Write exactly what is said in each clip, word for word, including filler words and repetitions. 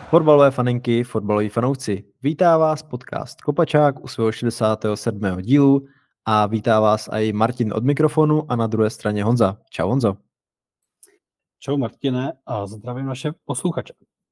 Fotbalové faninky, fotbaloví fanoušci. Vítá vás podcast Kopačák u svého šedesátého sedmého dílu a vítá vás i Martin od mikrofonu a na druhé straně Honza. Čau Honzo. Čau Martine a zdravím naše posluchače.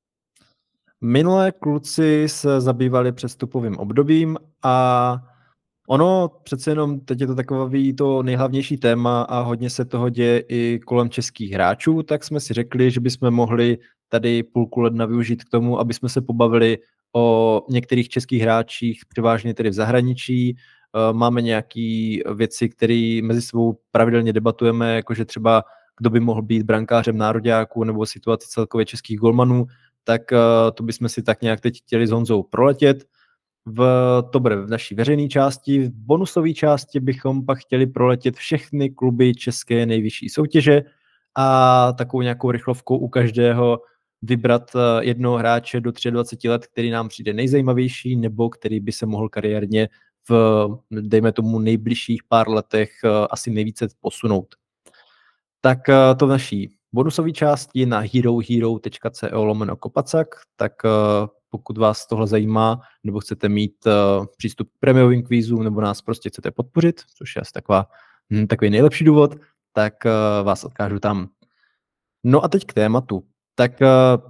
Minulé kluci se zabývali přestupovým obdobím a ono přece jenom teď je to takový to nejhlavnější téma a hodně se toho děje i kolem českých hráčů, tak jsme si řekli, že bychom mohli tady půlku ledna využít k tomu, aby jsme se pobavili o některých českých hráčích, převážně tedy v zahraničí. Máme nějaké věci, které mezi sebou pravidelně debatujeme, jakože třeba kdo by mohl být brankářem nároďáků nebo situaci celkově českých golmanů, tak to bychom si tak nějak teď chtěli s Honzou proletět. V, to bude v naší veřejné části. V bonusové části bychom pak chtěli proletět všechny kluby české nejvyšší soutěže a takovou nějakou rychlovkou u každého vybrat jednoho hráče do dvacet tři let, který nám přijde nejzajímavější nebo který by se mohl kariérně v, dejme tomu, nejbližších pár letech asi nejvíce posunout. Tak to v naší bonusové části na herohero.co lomeno kopacak, tak pokud vás tohle zajímá, nebo chcete mít uh, přístup k prémiovým kvízům, nebo nás prostě chcete podpořit, což je asi taková, hm, takový nejlepší důvod, tak uh, vás odkážu tam. No a teď k tématu. Tak uh,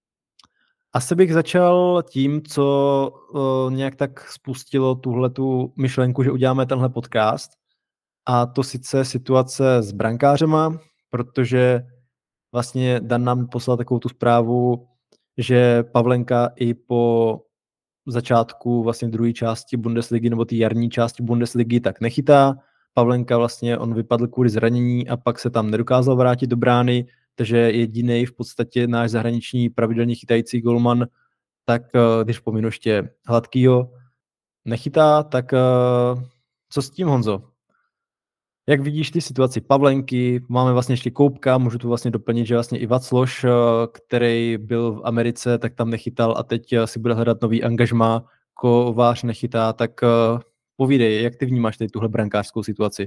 asi bych začal tím, co uh, nějak tak spustilo tuhletu myšlenku, že uděláme tenhle podcast, a to sice situace s brankářema, protože vlastně Dan nám poslal takovou tu zprávu, že Pavlenka i po začátku vlastně druhé části Bundesligy nebo té jarní části Bundesligy tak nechytá. Pavlenka vlastně on vypadl kvůli zranění a pak se tam nedokázal vrátit do brány, takže jediný v podstatě náš zahraniční pravidelně chytající golman, tak když pominu ještě Hladkýho, nechytá, tak co s tím, Honzo? Jak vidíš ty situaci Pavlenky? Máme vlastně ještě Koupka, můžu tu vlastně doplnit, že vlastně i Vacloš, který byl v Americe, tak tam nechytal a teď si bude hledat nový angažmá, Kovář nechytá, tak povídej, jak ty vnímáš tady tuhle brankářskou situaci?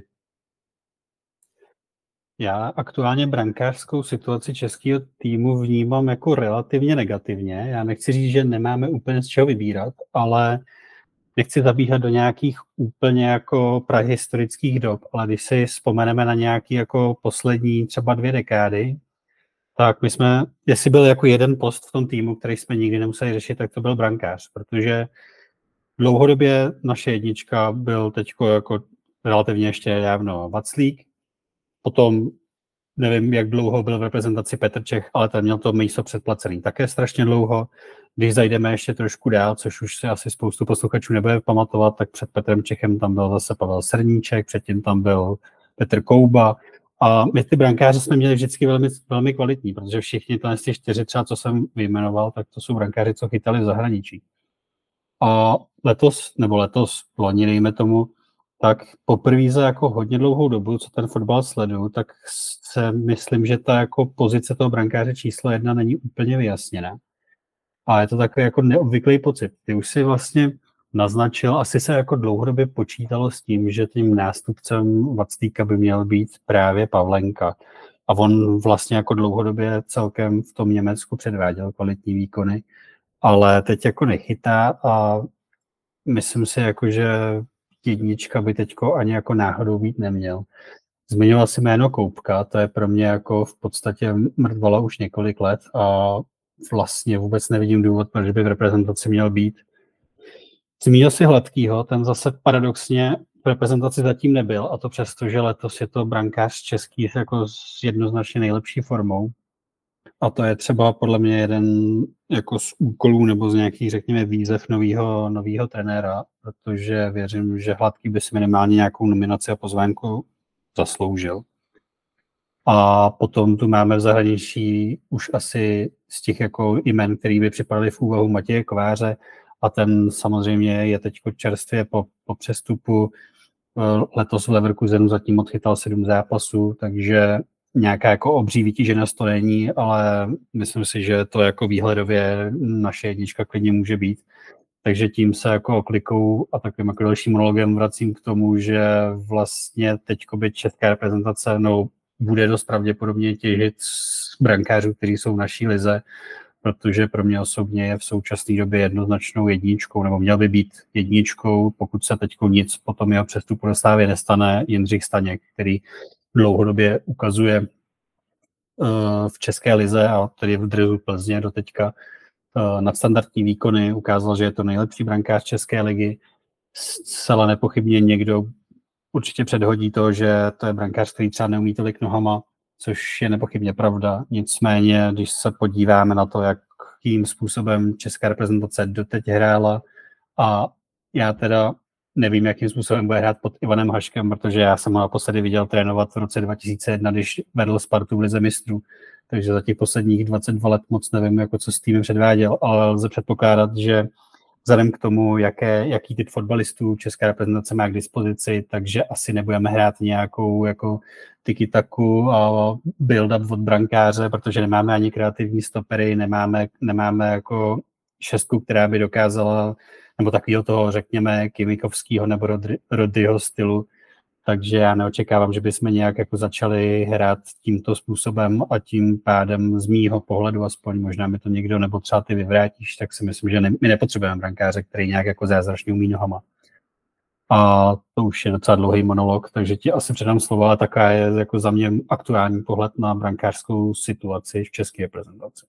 Já aktuálně brankářskou situaci českého týmu vnímám jako relativně negativně. Já nechci říct, že nemáme úplně z čeho vybírat, ale nechci zabíhat do nějakých úplně jako prahistorických dob, ale když si vzpomeneme na nějaký jako poslední třeba dvě dekády, tak my jsme, jestli byl jako jeden post v tom týmu, který jsme nikdy nemuseli řešit, tak to byl brankář, protože dlouhodobě naše jednička byl teďko jako relativně ještě dávno Vaclík, potom nevím, jak dlouho byl v reprezentaci Petr Čech, ale ten měl to místo předplacený také strašně dlouho. Když zajdeme ještě trošku dál, což už si asi spoustu posluchačů nebude pamatovat, tak před Petrem Čechem tam byl zase Pavel Srníček, předtím tam byl Petr Kouba. A my ty brankáře jsme měli vždycky velmi, velmi kvalitní, protože všichni tyhle ty čtyři třeba, co jsem vyjmenoval, tak to jsou brankáři, co chytali v zahraničí. A letos, nebo letos, loni dejme tomu, tak poprvé za jako hodně dlouhou dobu, co ten fotbal sleduju, tak se myslím, že ta jako pozice toho brankáře číslo jedna není úplně vyjasněná. A je to takový jako neobvyklý pocit. Ty už si vlastně naznačil, asi se jako dlouhodobě počítalo s tím, že tím nástupcem Vaclíka by měl být právě Pavlenka. A on vlastně jako dlouhodobě celkem v tom Německu předváděl kvalitní výkony, ale teď jako nechytá a myslím si jako, že jednička by teďko ani jako náhodou být neměl. Zmiňoval si jméno Koupka, to je pro mě jako v podstatě mrtvalo už několik let a vlastně vůbec nevidím důvod, proč by v reprezentaci měl být. Zmínil si Hladkýho, ten zase paradoxně v reprezentaci zatím nebyl, a to přesto, že letos je to brankář český jako s jednoznačně nejlepší formou. A to je třeba podle mě jeden jako z úkolů nebo z nějakých, řekněme, výzev novýho, novýho trenéra, protože věřím, že Hladký by si minimálně nějakou nominaci a pozvánku zasloužil. A potom tu máme v zahraničí už asi z těch jako jmen, který by připadaly v úvahu, Matěje Kováře, a ten samozřejmě je teď čerstvě po, po přestupu. Letos v Leverkusenu zatím odchytal sedm zápasů, takže nějaká jako obří vytíženost to není, ale myslím si, že to jako výhledově naše jednička klidně může být. Takže tím se jako oklikou a takovým jako dalším monologem vracím k tomu, že vlastně teďko by česká reprezentace no, bude dost pravděpodobně těžit z brankářů, kteří jsou v naší lize, protože pro mě osobně je v současné době jednoznačnou jedničkou, nebo měl by být jedničkou, pokud se teď nic po tom jeho přestupu do Slávy nestane, Jindřich Staněk, který dlouhodobě ukazuje uh, v České lize a tedy v dresu Plzně do teďka uh, nadstandardní výkony, ukázal, že je to nejlepší brankář České ligy. Zcela nepochybně někdo určitě předhodí to, že to je brankář, který třeba neumí tolik nohama, což je nepochybně pravda. Nicméně, když se podíváme na to, jakým způsobem česká reprezentace doteď hrála, a já teda nevím, jakým způsobem bude hrát pod Ivanem Haškem, protože já jsem ho naposledy viděl trénovat v roce dva tisíce jedna, když vedl Spartu v lize mistrů, takže za těch posledních dvacet dva let moc nevím, jako co s týmem předváděl, ale lze předpokládat, že vzhledem k tomu, jaké, jaký typ fotbalistů česká reprezentace má k dispozici, takže asi nebudeme hrát nějakou jako tiki-taku a build-up od brankáře, protože nemáme ani kreativní stopery, nemáme, nemáme jako šestku, která by dokázala, nebo takového toho, řekněme, Kimikovského nebo Rodry, Rodryho stylu. Takže já neočekávám, že bychom nějak jako začali hrát tímto způsobem a tím pádem z mýho pohledu aspoň, možná mi to někdo nebo třeba ty vyvrátíš, tak si myslím, že ne, my nepotřebujeme brankáře, který nějak jako zázračně umí nohama. A to už je docela dlouhý monolog, takže ti asi předám slovo, ale taková je jako za mě aktuální pohled na brankářskou situaci v české reprezentaci.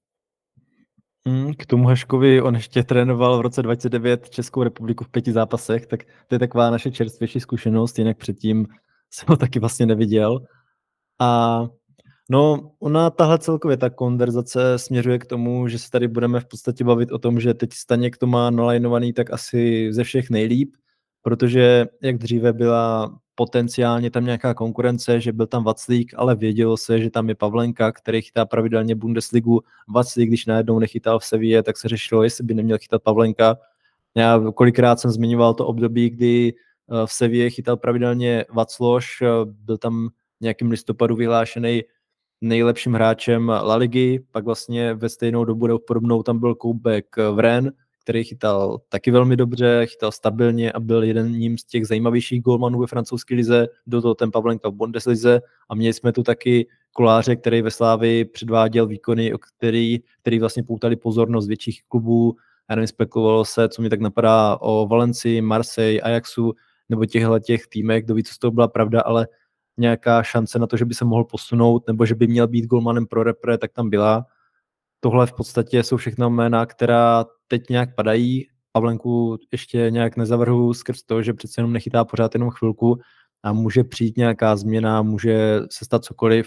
K tomu Haškovi, on ještě trénoval v roce dva tisíce devět Českou republiku v pěti zápasech, tak to je taková naše čerstvější zkušenost, jinak předtím jsem ho taky vlastně neviděl. A no, ona tahle celkově ta konverzace směřuje k tomu, že se tady budeme v podstatě bavit o tom, že teď Staněk to má nalajnovaný tak asi ze všech nejlíp, protože jak dříve byla potenciálně tam nějaká konkurence, že byl tam Vaclík, ale vědělo se, že tam je Pavlenka, který chytá pravidelně Bundesligu. Vaclík, když najednou nechytal v Sevilla, tak se řešilo, jestli by neměl chytat Pavlenka. Já kolikrát jsem zmiňoval to období, kdy v Sevilla chytal pravidelně Vacloš, byl tam nějakým listopadu vyhlášený nejlepším hráčem La Ligy, pak vlastně ve stejnou dobu nebo podobnou tam byl Koubek Vren, který chytal taky velmi dobře, chytal stabilně a byl jedním z těch zajímavějších gólmanů ve francouzské lize, do toho ten Pavlenka v Bundeslize a měli jsme tu taky Koláře, který ve Slávii předváděl výkony, o který, který vlastně poutali pozornost větších klubů. Já nevím, spekulovalo se, co mi tak napadá o Valencii, Marseille, Ajaxu nebo těchto těch týmech, kdo ví, co z toho byla pravda, ale nějaká šance na to, že by se mohl posunout nebo že by měl být golmanem pro repre, tak tam byla. Tohle v podstatě jsou všechno jména, která teď nějak padají. Pavlenku ještě nějak nezavrhu skrz to, že přece jenom nechytá pořád jenom chvilku a může přijít nějaká změna, může se stát cokoliv.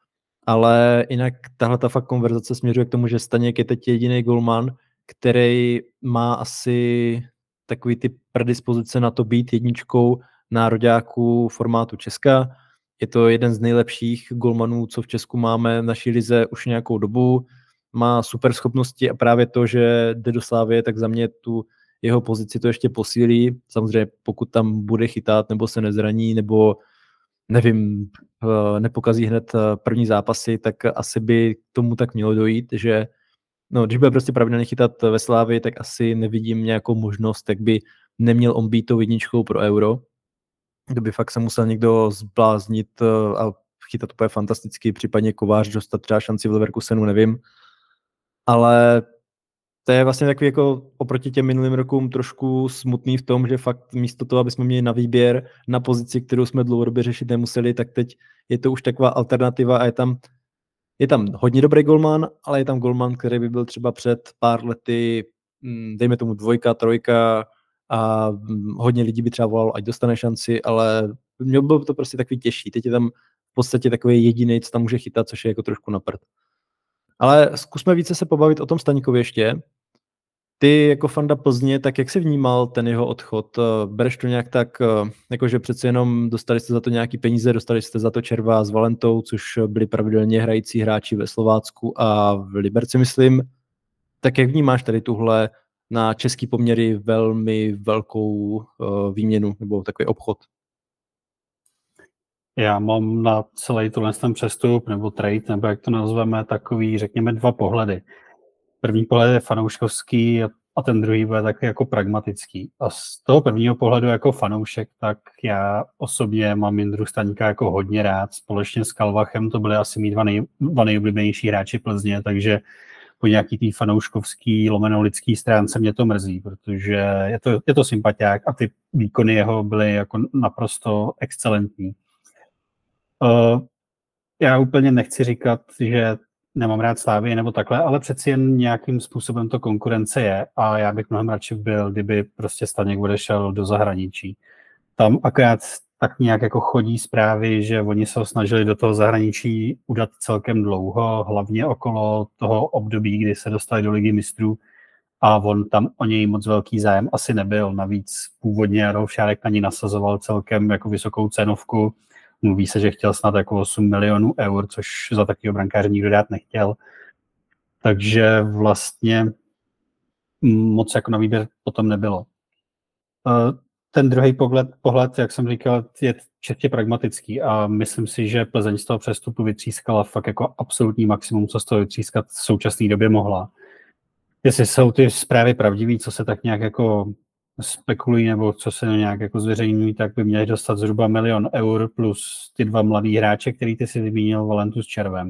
Ale jinak tahle ta fakt konverzace směřuje k tomu, že Staněk je teď jediný golman, který má asi takový ty predispozice na to být jedničkou nároďáků formátu Česka. Je to jeden z nejlepších golmanů, co v Česku máme v naší lize už nějakou dobu. Má super schopnosti a právě to, že jde do Slávie, tak za mě tu jeho pozici to ještě posílí. Samozřejmě pokud tam bude chytat, nebo se nezraní, nebo nevím, nepokazí hned první zápasy, tak asi by k tomu tak mělo dojít, že no, když bude prostě pravidelně chytat ve Slávii, tak asi nevidím nějakou možnost, jak by neměl on být tou jedničkou pro Euro. Kdyby fakt se musel někdo zbláznit a chytat úplně fantasticky, případně Kovář dostat třeba šanci v Leverkusenu, nevím. Ale to je vlastně takový jako oproti těm minulým rokům trošku smutný v tom, že fakt místo toho, aby jsme měli na výběr na pozici, kterou jsme dlouhodobě řešit nemuseli, tak teď je to už taková alternativa a je tam, je tam hodně dobrý golman, ale je tam golman, který by byl třeba před pár lety, dejme tomu dvojka, trojka a hodně lidí by třeba volalo, ať dostane šanci, ale měl by to prostě takový těžší. Teď je tam v podstatě takový jediný, co tam může chytat, což je jako trošku na prd. Ale zkusme více se pobavit o tom Staňkovi ještě. Ty jako fanda Plzně, tak jak jsi vnímal ten jeho odchod? Bereš to nějak tak, jakože přece jenom dostali jste za to nějaký peníze, dostali jste za to Červa s Valentou, což byli pravidelně hrající hráči ve Slovácku a v Liberci, myslím. Tak jak vnímáš tady tuhle na český poměry velmi velkou výměnu nebo takový obchod? Já mám na celý tohle ten přestup nebo trade, nebo jak to nazveme, takový, řekněme, dva pohledy. První pohled je fanouškovský a ten druhý bude taky jako pragmatický. A z toho prvního pohledu jako fanoušek, tak já osobně mám Jindru Staňka jako hodně rád. Společně s Kalvachem to byly asi mý dva, nej, dva nejoblíbenější hráči Plzně, takže po nějaký tý fanouškovský lomeno lidský stránce mě to mrzí, protože je to, je to sympatiák a ty výkony jeho byly jako naprosto excelentní. Uh, já úplně nechci říkat, že nemám rád Slávii nebo takhle, ale přeci jen nějakým způsobem to konkurence je a já bych mnohem radši byl, kdyby prostě Staněk odešel do zahraničí. Tam akorát tak nějak jako chodí zprávy, že oni se ho snažili do toho zahraničí udat celkem dlouho, hlavně okolo toho období, kdy se dostali do Ligy mistrů a on tam o něj moc velký zájem asi nebyl. Navíc původně Adolf Šárek na ní nasazoval celkem jako vysokou cenovku. Mluví se, že chtěl snad jako osm milionů eur, což za takového brankáře nikdo dát nechtěl. Takže vlastně moc jako na výběr potom nebylo. Ten druhý pohled, pohled, jak jsem říkal, je čistě pragmatický a myslím si, že Plzeň z toho přestupu vytřískala fakt jako absolutní maximum, co z toho vytřískat v současné době mohla. Jestli jsou ty zprávy pravdivé, co se tak nějak jako spekulují nebo co se nějak jako zveřejňují, tak by měli dostat zhruba milion eur plus ty dva mladý hráče, který ty si zmínil, Valentu s Červem.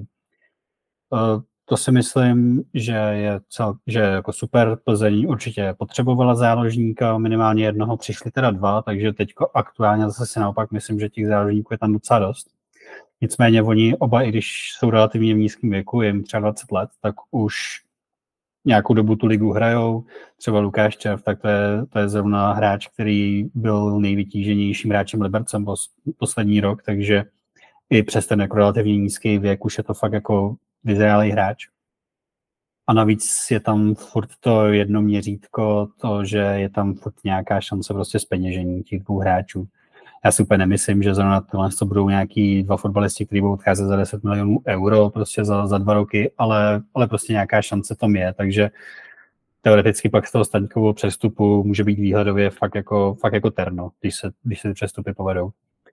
To si myslím, že je, cel, že jako super. Plzeň určitě potřebovala záložníka, minimálně jednoho, přišli teda dva, takže teď aktuálně zase si naopak myslím, že těch záložníků je tam docela dost. Nicméně oni oba, i když jsou relativně v nízkém věku, jim třeba dvacet let, tak už nějakou dobu tu ligu hrajou. Třeba Lukáš Červ, tak to je, to je zrovna hráč, který byl nejvytíženějším hráčem Libercem pos, poslední rok, takže i přes ten jako relativně nízký věk už je to fakt jako vyzrálý hráč. A navíc je tam furt to jedno měřítko, to, že je tam furt nějaká šance prostě zpeněžení těch dvou hráčů. Já si úplně nemyslím, že zrovna tohle to budou nějaký dva fotbalisti, kteří budou odcházet za deset milionů euro prostě za, za dva roky, ale, ale prostě nějaká šance tam je, takže teoreticky pak z toho Staňkového přestupu může být výhledově fakt jako, fakt jako terno, když se, když se ty přestupy povedou.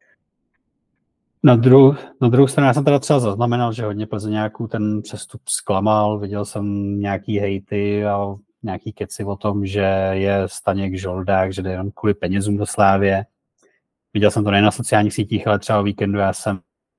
Na, dru, na druhou stranu já jsem teda třeba zaznamenal, že hodně Plzeňáků ten přestup zklamal, viděl jsem nějaký hejty a nějaký keci o tom, že je Staněk žoldák, že jde jenom kvůli penězům do Slávie. Viděl jsem to nejen na sociálních sítích, ale třeba o víkendu já jsem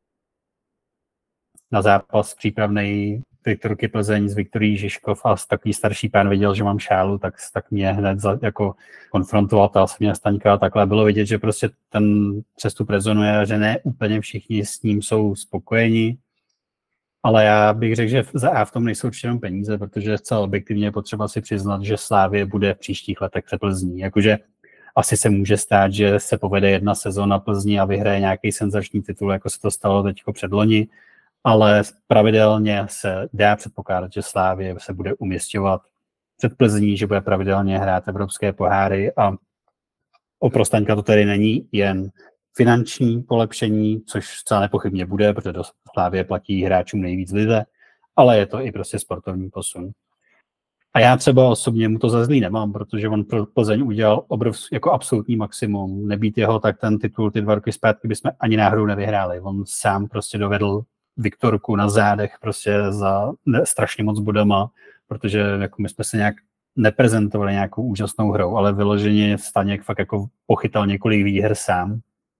na zápas přípravnej Viktorky Plzeň z Viktorí Žižkov a takový starší pán viděl, že mám šálu, tak, tak mě hned za, jako konfrontoval, ptal se mě na Staňka a takhle. Bylo vidět, že prostě ten přestup rezonuje, že ne úplně všichni s ním jsou spokojeni, ale já bych řekl, že za A v tom nejsou určitě jenom peníze, protože zcela objektivně je potřeba si přiznat, že Slávie bude v příštích letech před Plzní. Jakože asi se může stát, že se povede jedna sezóna Plzni a vyhraje nějaký senzační titul, jako se to stalo teď předloni, ale pravidelně se dá předpokládat, že Slávie se bude umisťovat před Plzní, že bude pravidelně hrát evropské poháry a pro Staňka to tedy není jen finanční polepšení, což zcela nepochybně bude, protože do Slávie platí hráčům nejvíc lize, ale je to i prostě sportovní posun. A já třeba osobně mu to za zlý nemám, protože on pro Plzeň udělal obrovský, jako absolutní maximum. Nebýt jeho, tak ten titul ty dva roky zpátky bychom ani náhodou nevyhráli. On sám prostě dovedl Viktorku na zádech prostě za ne, strašně moc bodama, protože jako my jsme se nějak neprezentovali nějakou úžasnou hrou, ale vyloženě Staněk fakt jako pochytal několik výher sám.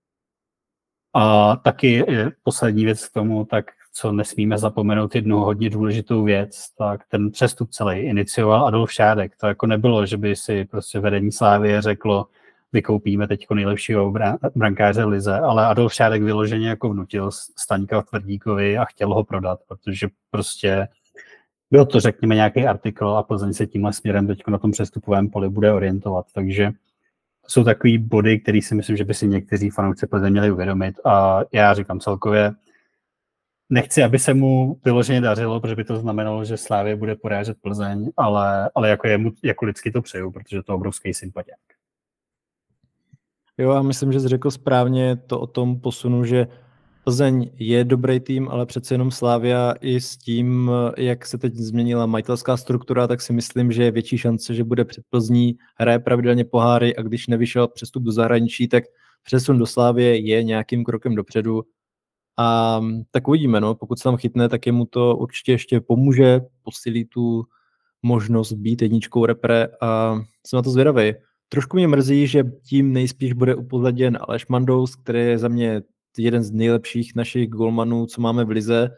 A taky je poslední věc k tomu, tak co nesmíme zapomenout jednu hodně důležitou věc, tak ten přestup celý inicioval Adolf Šádek. To jako nebylo, že by si prostě vedení Slávie řeklo, vykoupíme teď nejlepšího brankáře lize, ale Adolf Šádek vyloženě jako vnutil Staňka Tvrdíkovi a chtěl ho prodat, protože prostě byl to, řekněme, nějaký artikl a Plzeň se tímhle směrem teď na tom přestupovém poli bude orientovat. Takže to jsou takový body, které si myslím, že by si někteří fanoušci Plzeň měli uvědomit a já říkám celkově, nechci, aby se mu vyloženě dařilo, protože by to znamenalo, že Slávie bude porážet Plzeň, ale, ale jako, jemu, jako lidsky to přeju, protože to je obrovský sympatiák. Jo, já myslím, že jsi řekl správně to o tom posunu, že Plzeň je dobrý tým, ale přece jenom Slavia i s tím, jak se teď změnila majitelská struktura, tak si myslím, že je větší šance, že bude před Plzní, hraje pravidelně poháry a když nevyšel přestup do zahraničí, tak přesun do Slavie je nějakým krokem dopředu. A tak uvidíme, no, pokud se tam chytne, tak jemu to určitě ještě pomůže, posílí tu možnost být jedničkou repre a jsem na to zvědavý. Trošku mě mrzí, že tím nejspíš bude upozaděn Aleš Mandous, který je za mě jeden z nejlepších našich golmanů, co máme v lize.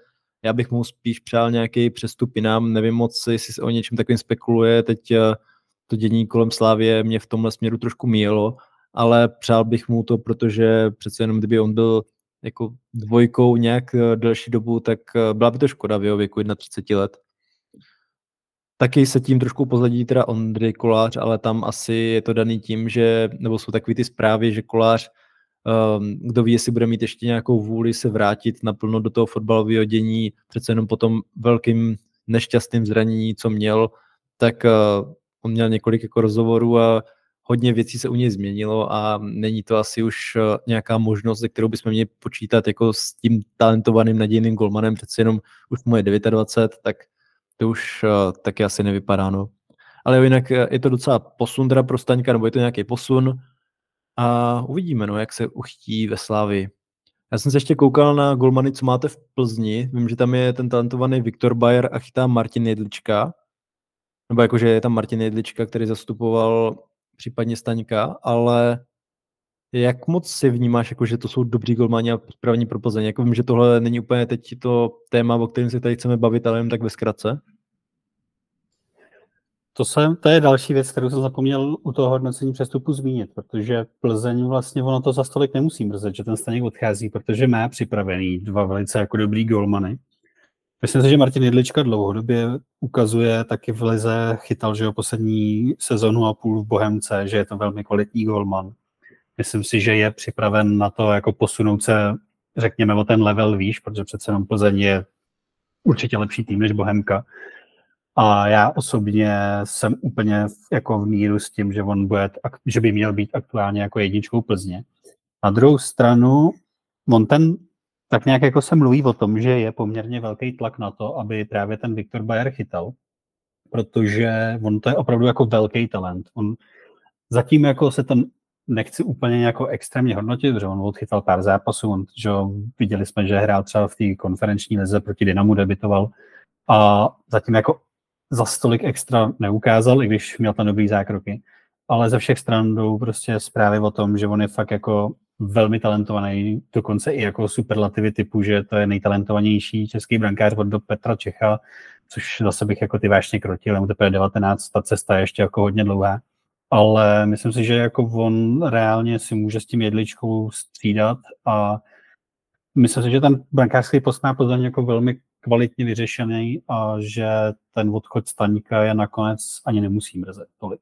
já bych mu spíš přál nějaký přestup jinam, nevím moc, jestli se o něčem takovým spekuluje, teď to dění kolem Slávie mě v tomhle směru trošku míjelo, ale přál bych mu to, protože přece jenom kdyby on byl jako dvojkou nějak delší dobu, tak byla by to škoda v jeho věku třicet jedna let. Taky se tím trošku pozadí teda Ondřej Kolář, ale tam asi je to daný tím, že, nebo jsou takový ty zprávy, že Kolář, um, kdo ví, jestli bude mít ještě nějakou vůli se vrátit naplno do toho fotbalového dění, přece jenom po tom velkým nešťastným zranění, co měl, tak uh, on měl několik jako rozhovorů a hodně věcí se u něj změnilo a není to asi už uh, nějaká možnost, ze kterou bychom měli počítat jako s tím talentovaným nadějným golmanem, přece jenom už mu je dvacet devět, tak to už uh, taky asi nevypadá, no. Ale jinak je to docela posun teda pro Staňka, nebo je to nějaký posun a uvidíme, no, jak se uchytí ve Slávii. Já jsem se ještě koukal na golmany, co máte v Plzni. Vím, že tam je ten talentovaný Viktor Bayer a chytá Martin Jedlička. Nebo jakože je tam Martin Jedlička, který zastupoval případně Staňka, ale jak moc si vnímáš, jako, že to jsou dobrý golmani a připravení pro Plzeň? Jako vím, že tohle není úplně teď to téma, o kterém se tady chceme bavit, ale jen tak ve zkratce. To, jsem, to je další věc, kterou jsem zapomněl u toho hodnocení přestupu zmínit, protože Plzeň vlastně ono to za stolik nemusí mrzet, že ten Staněk odchází, protože má připravený dva velice jako dobrý golmany. Myslím si, že Martin Jedlička dlouhodobě ukazuje, taky v lize chytal, že jo, poslední sezonu a půl v Bohemce, že je to velmi kvalitní golman. Myslím si, že je připraven na to jako posunout se, řekněme, o ten level výš, protože přece jenom Plzeň je určitě lepší tým než Bohemka. A já osobně jsem úplně jako v míru s tím, že on bude, že by měl být aktuálně jako jedničkou Plzně. Na druhou stranu, on ten tak nějak jako se mluví o tom, že je poměrně velký tlak na to, aby právě ten Viktor Bayer chytal, protože on to je opravdu jako velký talent. On zatím jako se to nechci úplně jako extrémně hodnotit, že on odchytal pár zápasů, on, že viděli jsme, že hrál třeba v té konferenční lize proti Dynamu, debitoval a zatím jako za stolik extra neukázal, i když měl tam dobrý zákroky. Ale ze všech stran jdou prostě zprávy o tom, že on je fakt jako velmi talentovaný, dokonce i jako superlativy typu, že to je nejtalentovanější český brankář od do Petra Čecha, což zase bych jako ty vážně krotil, mu teprve devatenáct, ta cesta je ještě jako hodně dlouhá. Ale myslím si, že jako on reálně si může s tím Jedličkou střídat a myslím si, že ten brankářský post má Plzeň jako velmi kvalitně vyřešený a že ten odchod Staňka je nakonec ani nemusí mrzet tolik.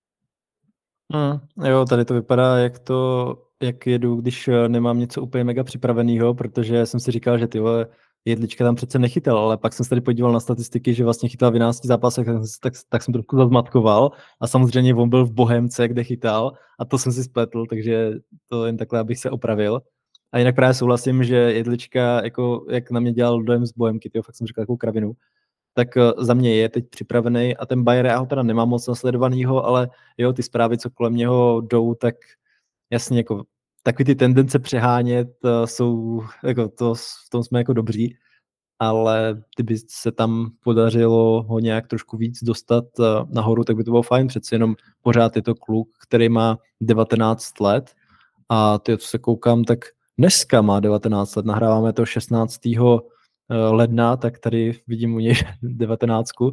Hmm, jo, tady to vypadá, jak to, jak jedu, když nemám něco úplně mega připraveného, protože jsem si říkal, že ty vole, Jedlička tam přece nechytal, ale pak jsem se tady podíval na statistiky, že vlastně chytal v jedenácti zápasech, tak, tak, tak jsem trošku zazmatkoval a samozřejmě on byl v Bohemce, kde chytal a to jsem si spletl, takže to jen takhle, abych se opravil. A jinak právě souhlasím, že Jedlička, jako, jak na mě dělal dojem z Bohemky, tyjo, fakt jsem říkal takovou kravinu, tak za mě je teď připravený a ten Bayer, já ho teda nemám moc nasledovanýho, ale jo, ty zprávy, co kolem něho jdou, tak jasně jako takový ty tendence přehánět jsou, jako to, v tom jsme jako dobří, ale kdyby se tam podařilo ho nějak trošku víc dostat nahoru, tak by to bylo fajn, přeci jenom pořád je to kluk, který má devatenáct let a ty, co se koukám, tak dneska má devatenáct let, nahráváme to šestnáctého ledna, tak tady vidím u něj devatenáctku.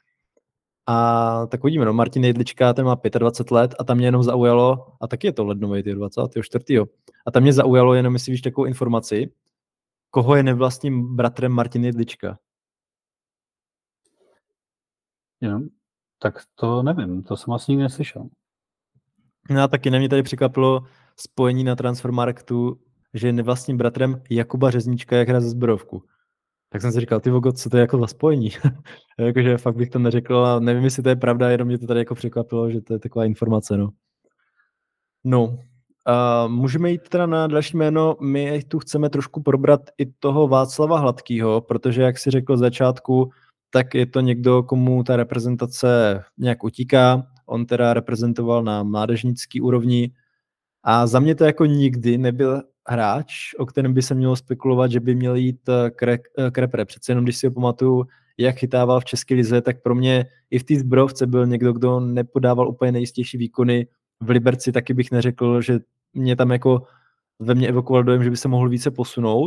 A tak uvidíme, no, Martin Jedlička, ten má dvacet pět let a tam mě jenom zaujalo, a taky je to lednový, dvacátého čtvrtého A tam mě zaujalo jenom, jestli víš takovou informaci, koho je nevlastním bratrem Martin Jedlička. Jo, tak to nevím, to jsem asi nikdy neslyšel. No a taky na mě tady překvapilo spojení na Transfermarktu, že je nevlastním bratrem Jakuba Řeznička, jak hraje ze Zbrojovku. Tak jsem si říkal, ty vogo, co to je jako za spojení? Jakože fakt bych to neřekl a nevím, jestli to je pravda, jenom mě to tady jako překvapilo, že to je taková informace, no. No, a můžeme jít teda na další jméno, my tu chceme trošku probrat i toho Václava Hladkýho, protože jak si řekl z začátku, tak je to někdo, komu ta reprezentace nějak utíká, on teda reprezentoval na mládežnický úrovni a za mě to jako nikdy nebyl hráč, o kterém by se mělo spekulovat, že by měl jít k repre. Přece jenom, když si ho pamatuju, jak chytával v české lize, tak pro mě i v té Zbrojovce byl někdo, kdo nepodával úplně nejistější výkony. V Liberci taky bych neřekl, že mě tam jako ve mně evokoval dojem, že by se mohl více posunout,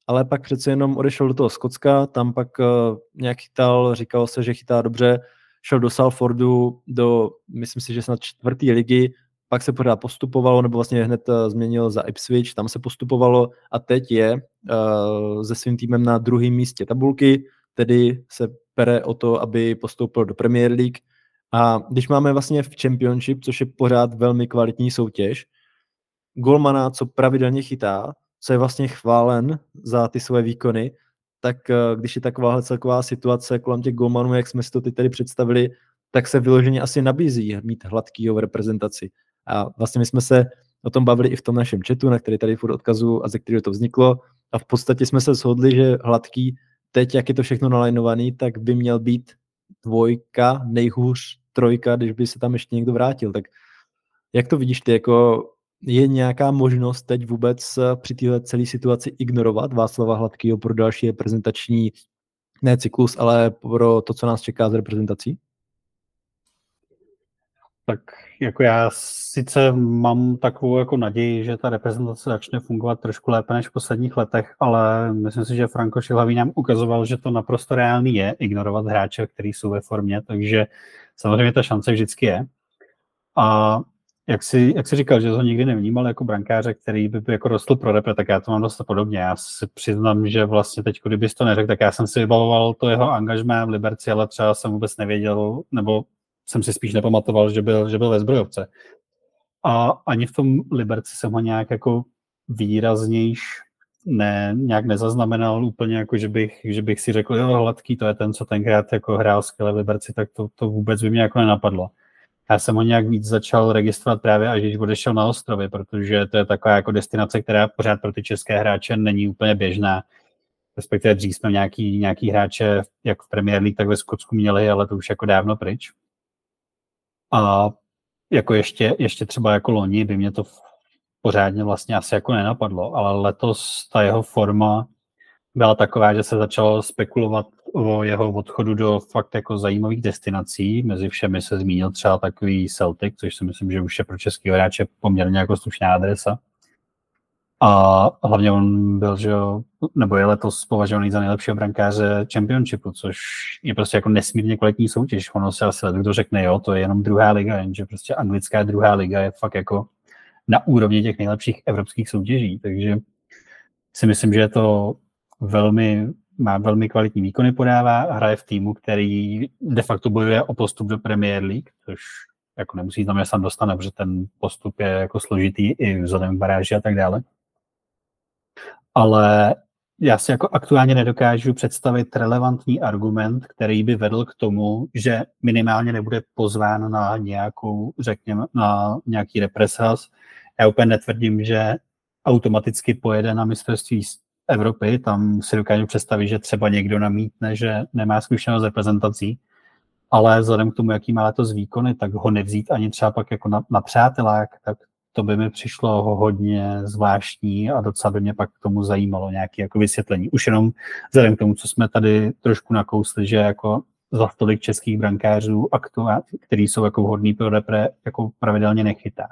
ale pak přece jenom odešel do toho Skotska, tam pak uh, nějak chytal, říkalo se, že chytá dobře, šel do Salfordu, do, myslím si, že snad čtvrtý ligy, pak se pořád postupovalo, nebo vlastně hned uh, změnil za Ipswich, tam se postupovalo a teď je uh, se svým týmem na druhém místě tabulky, tedy se pere o to, aby postoupil do Premier League. A když máme vlastně v Championship, což je pořád velmi kvalitní soutěž, golmana, co pravidelně chytá, co je vlastně chválen za ty svoje výkony, tak když je takováhle celková situace kolem těch golmanů, jak jsme si to teď tady představili, tak se vyloženě asi nabízí mít hladkýho v reprezentaci. A vlastně my jsme se o tom bavili i v tom našem chatu, na který tady furt odkazu a ze kterého to vzniklo. A v podstatě jsme se shodli, že hladký teď, jak je to všechno nalajnovaný, tak by měl být dvojka, nejhůř trojka, když by se tam ještě někdo vrátil. Tak jak to vidíš ty, jako je nějaká možnost teď vůbec při téhle celé situaci ignorovat Václava Hladkýho pro další reprezentační, ne cyklus, ale pro to, co nás čeká z reprezentací? Tak jako já sice mám takovou jako naději, že ta reprezentace začne fungovat trošku lépe než v posledních letech, ale myslím si, že Franko Šilhavý nám ukazoval, že to naprosto reálný je ignorovat hráče, kteří jsou ve formě, takže samozřejmě ta šance vždycky je. A jak jsi, jak jsi říkal, že to nikdy nevnímal jako brankáře, který by, by jako rostl pro repre, tak já to mám dost podobně. Já si přiznám, že vlastně teď, kdybys to neřekl, tak já jsem si vybavoval to jeho angažmé v Liberci, ale třeba jsem vůbec nevěděl, nebo jsem si spíš nepamatoval, že byl, že byl ve Zbrojovce. A ani v tom Liberci jsem ho nějak jako výraznějš ne, nějak nezaznamenal úplně, jako že bych, že bych si řekl, jo, Hladký, to je ten, co tenkrát jako hrál skvěle v Liberci, tak to, to vůbec by mě jako nenapadlo. Já jsem ho nějak víc začal registrovat právě, až když odešel na ostrovy, protože to je taková jako destinace, která pořád pro ty české hráče není úplně běžná. Respektive dřív jsme nějaký, nějaký hráče, jak v Premier League, tak ve Skotsku měli, ale to už jako dávno pryč. A jako ještě, ještě třeba jako loni by mě to pořádně vlastně asi jako nenapadlo, ale letos ta jeho forma byla taková, že se začalo spekulovat o jeho odchodu do fakt jako zajímavých destinací. Mezi všemi se zmínil třeba takový Celtic, což si myslím, že už je pro český hráče poměrně jako slušná adresa. A hlavně on byl, že nebo je letos považovaný za nejlepšího brankáře Championshipu, což je prostě jako nesmírně kvalitní soutěž. Ono se asi kdo řekne, jo, to je jenom druhá liga, jenže prostě anglická druhá liga je fakt jako na úrovni těch nejlepších evropských soutěží, takže si myslím, že je to velmi, má velmi kvalitní výkony podává a hraje v týmu, který de facto bojuje o postup do Premier League, což jako nemusí znamenat, že se tam dostane, protože ten postup je jako složitý i vzhledem k baráži a tak dále. Ale já si jako aktuálně nedokážu představit relevantní argument, který by vedl k tomu, že minimálně nebude pozván na nějakou, řekněme, na nějaký represas. Já úplně netvrdím, že automaticky pojede na mistrovství Evropy, tam si dokážu představit, že třeba někdo namítne, že nemá zkušenost s reprezentací, ale vzhledem k tomu, jaký má letos výkony, tak ho nevzít ani třeba pak jako na, na přátelák, tak to by mi přišlo hodně zvláštní a docela by mě pak k tomu zajímalo nějaké jako vysvětlení. Už jenom vzhledem k tomu, co jsme tady trošku nakousli, že jako za tolik českých brankářů, který jsou jako vhodný pro repre, jako pravidelně nechytá.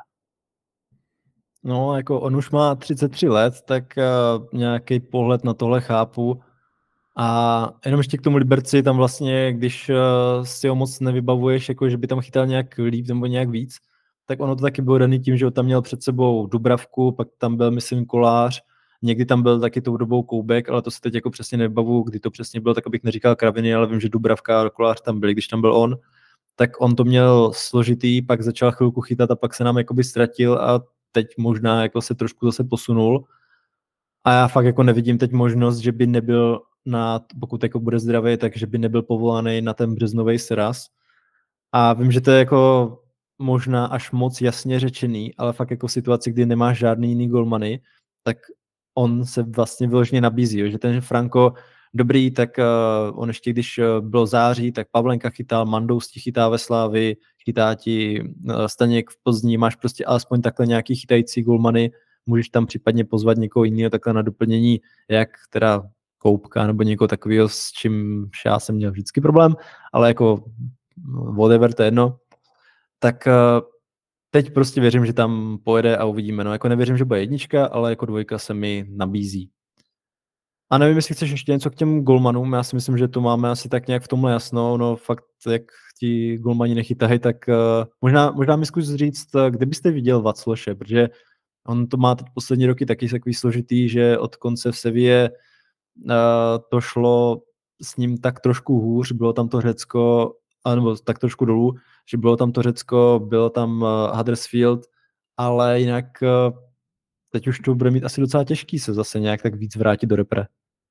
No, jako on už má třicet tři let, tak uh, nějaký pohled na tohle chápu. A jenom ještě k tomu Liberci, tam vlastně, když uh, si ho moc nevybavuješ, jako že by tam chytal nějak líp nebo nějak víc, tak ono to taky bylo daný tím, že tam měl před sebou Dubravku, pak tam byl, myslím, Kolář, někdy tam byl taky tou dobou Koubek, ale to se teď jako přesně nevybavuju, kdy to přesně bylo, tak abych neříkal kraviny, ale vím, že Dubravka a Kolář tam byli, když tam byl on, tak on to měl složitý, pak začal chvilku chytat a pak se nám jakoby ztratil a teď možná jako se trošku zase posunul. A já fakt jako nevidím teď možnost, že by nebyl na, pokud jako bude zdravý, takže by nebyl povolaný na ten březnový sraz. A vím, že to je jako možná až moc jasně řečený, ale fakt jako v situaci, kdy nemáš žádný jiný golmany, tak on se vlastně vyloženě nabízí, jo? Že ten Franko dobrý, tak uh, on ještě když bylo září, tak Pavlenka chytal, Mandoustí chytá ve Slávi, chytá ti uh, Staněk v Plzni, máš prostě alespoň takhle nějaký chytající golmany, můžeš tam případně pozvat někoho jiného takhle na doplnění, jak teda Koupka nebo někoho takového, s čím já jsem měl vždycky problém, ale jako whatever, to je jedno. Tak uh, teď prostě věřím, že tam pojede a uvidíme. No jako nevěřím, že bude jednička, ale jako dvojka se mi nabízí. A nevím, jestli chceš ještě něco k těm golmanům, já si myslím, že to máme asi tak nějak v tomhle jasno, no fakt, jak ti golmani nechytají, tak uh, možná, možná mi zkus říct, kde byste viděl Václoše, protože on to má teď poslední roky taky takový složitý, že od konce v Sevilla uh, to šlo s ním tak trošku hůř, bylo tam to Řecko, nebo tak trošku dolů, že bylo tam to Řecko, bylo tam uh, Huddersfield, ale jinak uh, teď už to bude mít asi docela těžký se zase nějak tak víc vrátit do repre.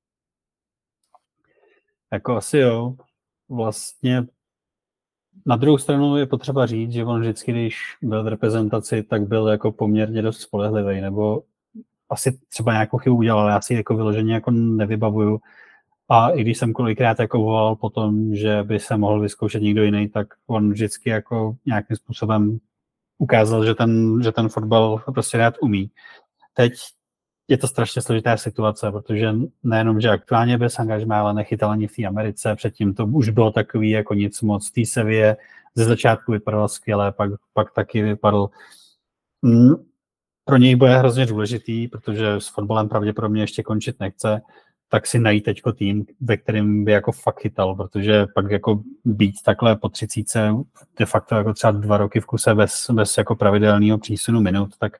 Jako asi jo. Vlastně na druhou stranu je potřeba říct, že on vždycky, když byl v reprezentaci, tak byl jako poměrně dost spolehlivý, nebo asi třeba nějakou chybu udělal, ale já si jako vyloženě jako nevybavuju. A i když jsem kolikrát jako volal po tom, že by se mohl vyzkoušet někdo jiný, tak on vždycky jako nějakým způsobem ukázal, že ten, že ten fotbal prostě rád umí. Teď je to strašně složitá situace, protože nejenom, že aktuálně bez angažmá, ale nechytal ani v té Americe, předtím to už bylo takový jako nic moc. V té Sevě ze začátku vypadalo skvěle, pak, pak taky vypadl. Mm, pro něj bude hrozně důležitý, protože s fotbalem pravděpodobně ještě končit nechce, tak si najít teďko tým, ve kterém by jako fakt chytal, protože pak jako být takhle po třicítce de facto jako třeba dva roky v kuse bez, bez jako pravidelného přísunu minut, tak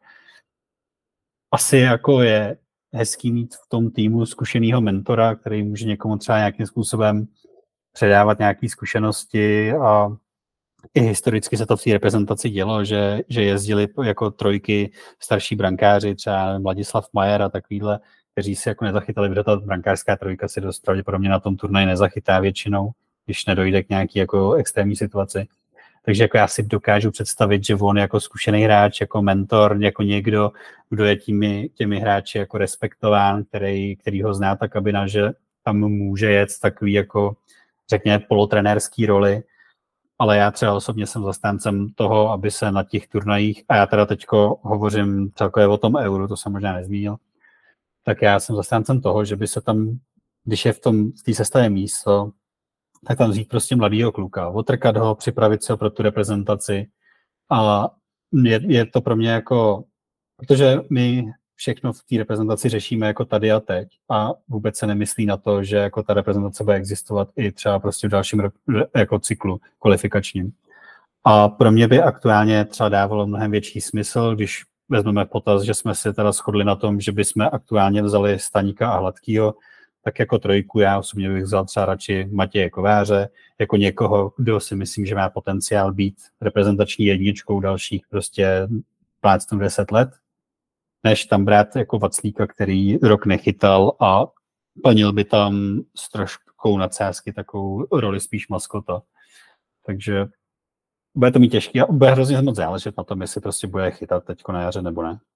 asi jako je hezký mít v tom týmu zkušenýho mentora, který může někomu třeba nějakým způsobem předávat nějaké zkušenosti a i historicky se to v té reprezentaci dělo, že, že jezdili jako trojky starší brankáři, třeba Vladislav Majer a takovýhle, kteří si jako nezachytali, protože ta brankářská trojka si dost pravděpodobně na tom turnaji nezachytá většinou, když nedojde k nějaký jako extrémní situaci. Takže jako já si dokážu představit, že on jako zkušený hráč, jako mentor, jako někdo, kdo je těmi, těmi hráči jako respektován, který, který ho zná ta kabina, že tam může jet takový jako, řekněme, polotrenérský roli. Ale já třeba osobně jsem zastáncem toho, aby se na těch turnajích, a já teda teďko hovořím celkově o tom euru, to jsem možná nezmínil, tak já jsem zastáncem toho, že by se tam, když je v tom v té sestavě místo, tak tam vzít prostě mladýho kluka, otrkat ho, připravit se ho pro tu reprezentaci. A je, je to pro mě jako, protože my všechno v té reprezentaci řešíme jako tady a teď a vůbec se nemyslí na to, že jako ta reprezentace bude existovat i třeba prostě v dalším jako cyklu kvalifikačním. A pro mě by aktuálně třeba dávalo mnohem větší smysl, když vezmeme potaz, že jsme si teda shodli na tom, že bychom aktuálně vzali Staníka a Hladkýho, tak jako trojku já osobně bych vzal třeba radši Matěje Kováře, jako někoho, kdo si myslím, že má potenciál být reprezentační jedničkou dalších prostě patnáct deset let, než tam brát jako Vaclíka, který rok nechytal a plnil by tam s troškou nadsázky takovou roli spíš maskota. Takže bude to mít těžké a bude hrozně moc záležet na tom, jestli prostě bude chytat teďko na jaře nebo ne.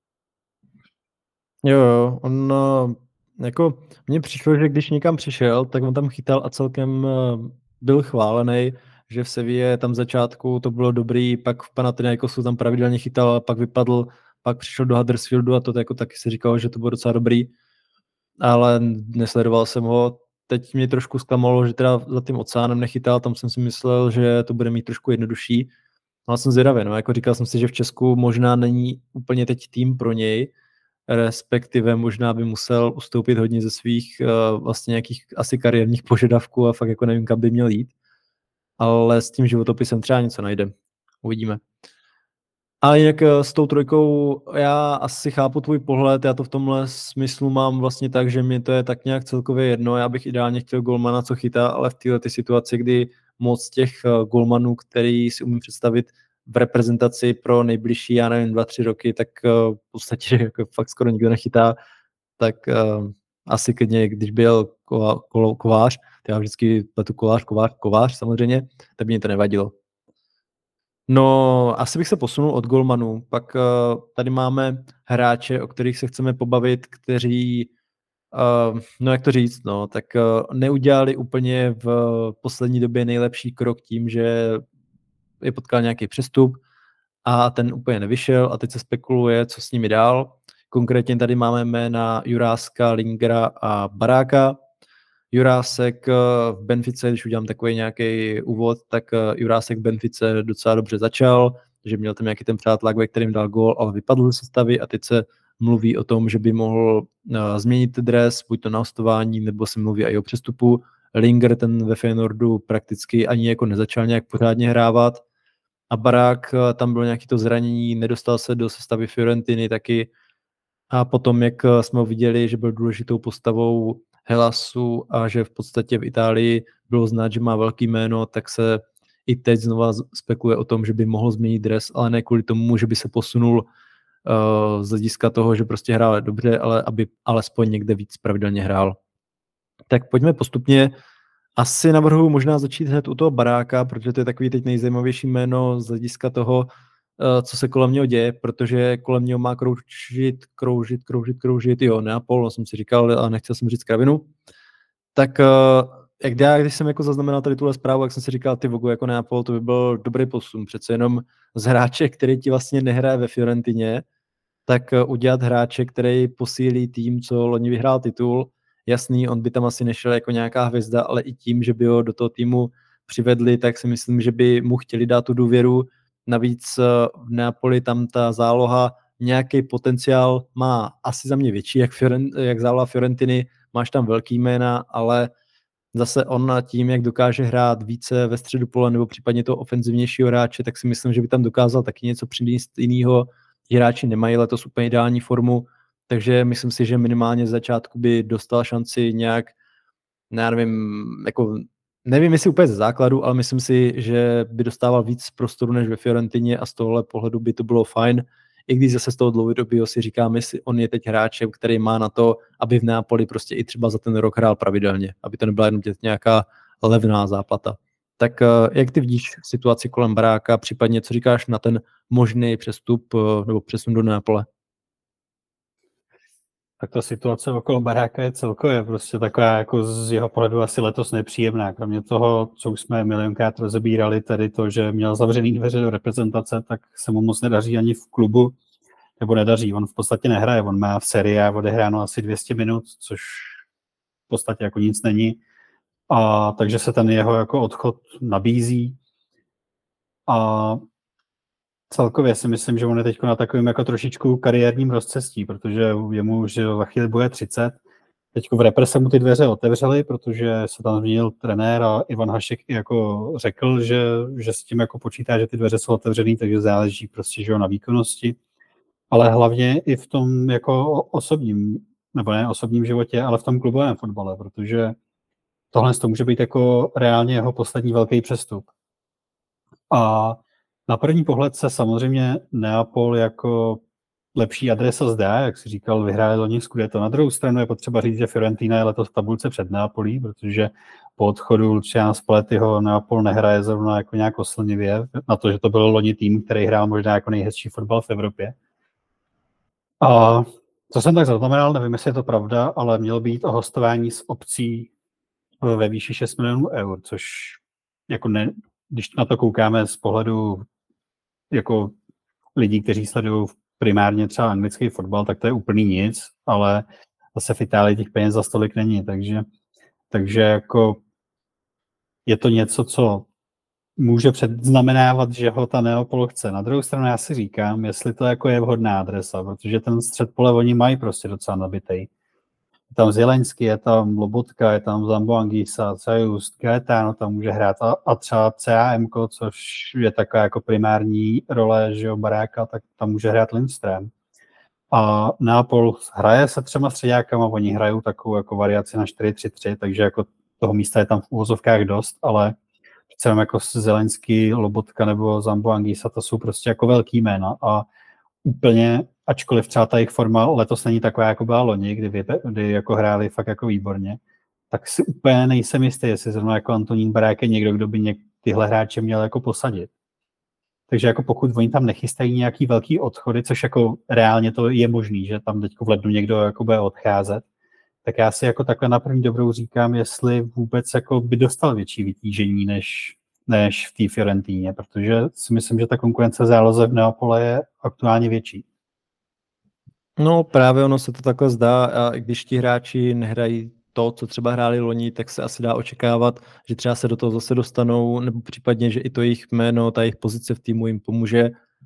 Jo, jo, on jako, mně přišlo, že když někam přišel, tak on tam chytal a celkem byl chválený, že v Sevilla tam začátku to bylo dobrý, pak v Panathinaikosu tam pravidelně chytal, pak vypadl, pak přišel do Huddersfieldu a to jako taky si říkal, že to bylo docela dobrý, ale nesledoval jsem ho. Teď mě trošku zklamalo, že teda za tím oceánem nechytal, tam jsem si myslel, že to bude mít trošku jednodušší. No, jsem zvědavý, no, jako říkal jsem si, že v Česku možná není úplně teď tým pro něj, respektive možná by musel ustoupit hodně ze svých uh, vlastně nějakých asi kariérních požadavků a fakt jako nevím, kam by měl jít. Ale s tím životopisem třeba něco najde. Uvidíme. Ale jinak s tou trojkou já asi chápu tvůj pohled, já to v tomhle smyslu mám vlastně tak, že mě to je tak nějak celkově jedno, já bych ideálně chtěl golmana, co chytá, ale v této situaci, kdy moc těch golmanů, který si umím představit v reprezentaci pro nejbližší, já nevím, dva, tři roky, tak v podstatě jako fakt skoro nikdo nechytá, tak uh, asi klidně, když byl kova, ko, Kovář, já vždycky pletu Kovář, Kovář, Kovář samozřejmě, tak by mě to nevadilo. No, asi bych se posunul od golmanů. Pak uh, tady máme hráče, o kterých se chceme pobavit, kteří, uh, no jak to říct, no, tak uh, neudělali úplně v poslední době nejlepší krok tím, že je potkal nějaký přestup a ten úplně nevyšel a teď se spekuluje, co s nimi dál. Konkrétně tady máme jména Juráska, Lingera a Baráka. Jurásek v Benfice, když udělám takový nějaký úvod, tak Jurásek v Benfice docela dobře začal, že měl tam nějaký ten přátlak, ve kterým dal gól, ale vypadl ze sestavy a teď se mluví o tom, že by mohl změnit dres, buď to na hostování, nebo se mluví i o přestupu. Linger, ten ve Feyenoordu prakticky ani jako nezačal nějak pořádně hrávat. A Barák, tam bylo nějaké to zranění, nedostal se do sestavy Fiorentiny taky. A potom, jak jsme ho viděli, že byl důležitou postavou Helasu a že v podstatě v Itálii bylo znát, že má velký jméno, tak se i teď znova spekuluje o tom, že by mohl změnit dres, ale ne kvůli tomu, že by se posunul uh, z hlediska toho, že prostě hrál dobře, ale aby alespoň někde víc pravidelně hrál. Tak pojďme postupně. Asi navrhuji možná začít hned u toho Baráka, protože to je takový teď nejzajímavější jméno z hlediska toho, co se kolem něho děje, protože kolem něho má kroužit, kroužit, kroužit, kroužit, jo, Neapol, no jsem si říkal, a nechtěl jsem říct kravinu. Tak jak já, když jsem jako zaznamenal tady tuhle zprávu, jak jsem si říkal, ty vogu jako Neapol, to by byl dobrý posun, přece jenom z hráče, který ti vlastně nehraje ve Fiorentině, tak udělat hráče, který posílí tým, co loni vyhrál titul. Jasný, on by tam asi nešel jako nějaká hvězda, ale i tím, že by ho do toho týmu přivedli, tak si myslím, že by mu chtěli dát tu důvěru. Navíc v Neapoli tam ta záloha nějaký potenciál má asi za mě větší, jak, Fiorent, jak záloha Fiorentiny, máš tam velký jména, ale zase on tím, jak dokáže hrát více ve středu pole nebo případně toho ofenzivnějšího hráče, tak si myslím, že by tam dokázal taky něco přinést jinýho. Hráči nemají letos úplně ideální formu, takže myslím si, že minimálně z začátku by dostal šanci nějak, ne, nevím, jako, nevím jestli úplně ze základu, ale myslím si, že by dostával víc prostoru než ve Fiorentině a z tohohle pohledu by to bylo fajn. I když zase z toho dlouhodobého si říkám, jestli on je teď hráčem, který má na to, aby v Neapoli prostě i třeba za ten rok hrál pravidelně, aby to nebyla jenom nějaká levná záplata. Tak jak ty vidíš situaci kolem Baráka, případně co říkáš na ten možný přestup nebo přesun do Neapole? Tak ta situace okolo Baráka je celkově prostě taková jako z jeho pohledu asi letos nepříjemná. Kromě toho, co už jsme milionkrát rozebírali, tedy to, že měl zavřený dveře do reprezentace, tak se mu moc nedaří ani v klubu, nebo nedaří. On v podstatě nehraje, on má v sérii odehráno asi dvě stě minut, což v podstatě jako nic není. A takže se ten jeho jako odchod nabízí. A celkově si myslím, že on je teď na takovým jako trošičku kariérním rozcestí, protože jemu už za chvíli bude třicet. Teď v repre se mu ty dveře otevřely, protože se tam změnil trenér a Ivan Hašek jako řekl, že, že s tím jako počítá, že ty dveře jsou otevřený, takže záleží prostě že na výkonnosti. Ale hlavně i v tom jako osobním, nebo ne osobním životě, ale v tom klubovém fotbale, protože tohle to může být jako reálně jeho poslední velký přestup. A na první pohled se samozřejmě Neapol jako lepší adresa zdá, jak si říkal, vyhráli loni Scudetto. Na druhou stranu je potřeba říct, že Fiorentina je letos v tabulce před Neapolí, protože po odchodu Luciana Spallettiho Neapol nehraje zrovna jako nějak oslnivě, na to, že to byl loni tým, který hrál možná jako nejhezčí fotbal v Evropě. A co jsem tak zaznamenal, nevím, jestli je to pravda, ale mělo být o hostování s opcí ve výši šest milionů eur, což jako ne, když na to koukáme z pohledu jako lidí, kteří sledují primárně třeba anglický fotbal, tak to je úplný nic, ale zase v Itálii těch peněz za stolik není, takže, takže jako je to něco, co může předznamenávat, že ho ta Neapol chce. Na druhou stranu já si říkám, jestli to jako je vhodná adresa, protože ten střed pole oni mají prostě docela nabitej. Je tam Zieleńský, je tam Lobotka, je tam Zambo Anguissa, Cajust, Gaetano tam může hrát a, a třeba C A M, což je taková jako primární role, že jo, Baráka, tak tam může hrát Lindström. A Neapol hraje se třema středákama, oni hrajou takovou jako variaci na čtyři tři tři, takže jako toho místa je tam v úvozovkách dost, ale přece jako Zieleńský, Lobotka nebo Zambo Anguissa, to jsou prostě jako velký jména a úplně, ačkoliv třeba ta jejich forma letos není taková, jako byla loni, kdy, kdy jako hráli fakt jako výborně, tak si úplně nejsem jistý, jestli zrovna jako Antonín Barák je někdo, kdo by něk, tyhle hráče měl jako posadit. Takže jako pokud oni tam nechystají nějaký velký odchody, což jako reálně to je možný, že tam teď v lednu někdo jako bude odcházet, tak já si jako takhle na první dobrou říkám, jestli vůbec jako by dostal větší vytížení než, než v té Fiorentíně, protože si myslím, že ta konkurence záloze v Neapole je aktuálně větší. No právě ono se to takhle zdá a když ti hráči nehrají to, co třeba hráli loni, tak se asi dá očekávat, že třeba se do toho zase dostanou, nebo případně, že i to jejich jméno, ta jejich pozice v týmu jim pomůže.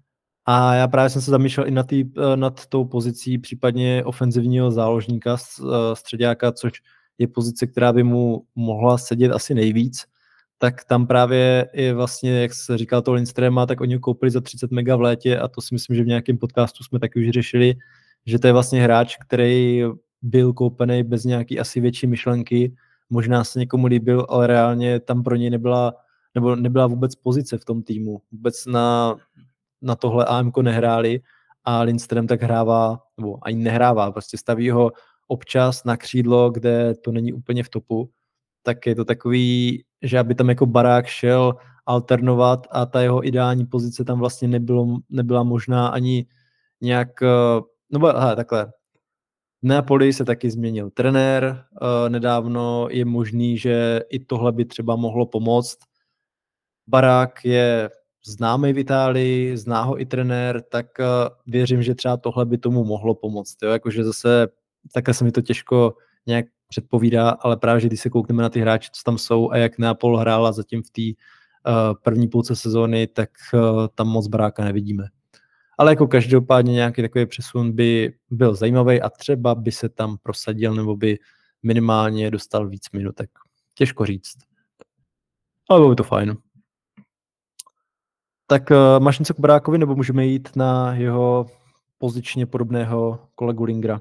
A já právě jsem se zamýšlel i nad, tý, nad tou pozicí případně ofenzivního záložníka, středáka, což je pozice, která by mu mohla sedět asi nejvíc. Tak tam právě je vlastně, jak se říkal to Lindströma, tak oni ho koupili za třicet mega v létě a to si myslím, že v nějakém podcastu jsme taky už řešili, že to je vlastně hráč, který byl koupený bez nějaký asi větší myšlenky, možná se někomu líbil, ale reálně tam pro něj nebyla, nebo nebyla vůbec pozice v tom týmu. Vůbec na, na tohle á emko nehráli a Lindström tak hrává, nebo ani nehrává, prostě staví ho občas na křídlo, kde to není úplně v topu, tak je to takový, že aby tam jako Barák šel alternovat a ta jeho ideální pozice tam vlastně nebylo, nebyla možná ani nějak, no aha, takhle. V Neapoli se taky změnil trenér uh, nedávno, je možný, že i tohle by třeba mohlo pomoct. Barák je známý v Itálii, zná ho i trenér, tak uh, věřím, že třeba tohle by tomu mohlo pomoct. Jo? Jakože zase takhle se mi to těžko nějak předpovídá, ale právě, že když se koukneme na ty hráče, co tam jsou a jak Neapol hrála zatím v té uh, první půlce sezóny, tak uh, tam moc Baráka nevidíme. Ale jako každopádně nějaký takový přesun by byl zajímavý a třeba by se tam prosadil nebo by minimálně dostal víc minutek. Těžko říct. Ale bylo by to fajn. Tak uh, máš něco k Barákovi nebo můžeme jít na jeho pozičně podobného kolegu Lingra?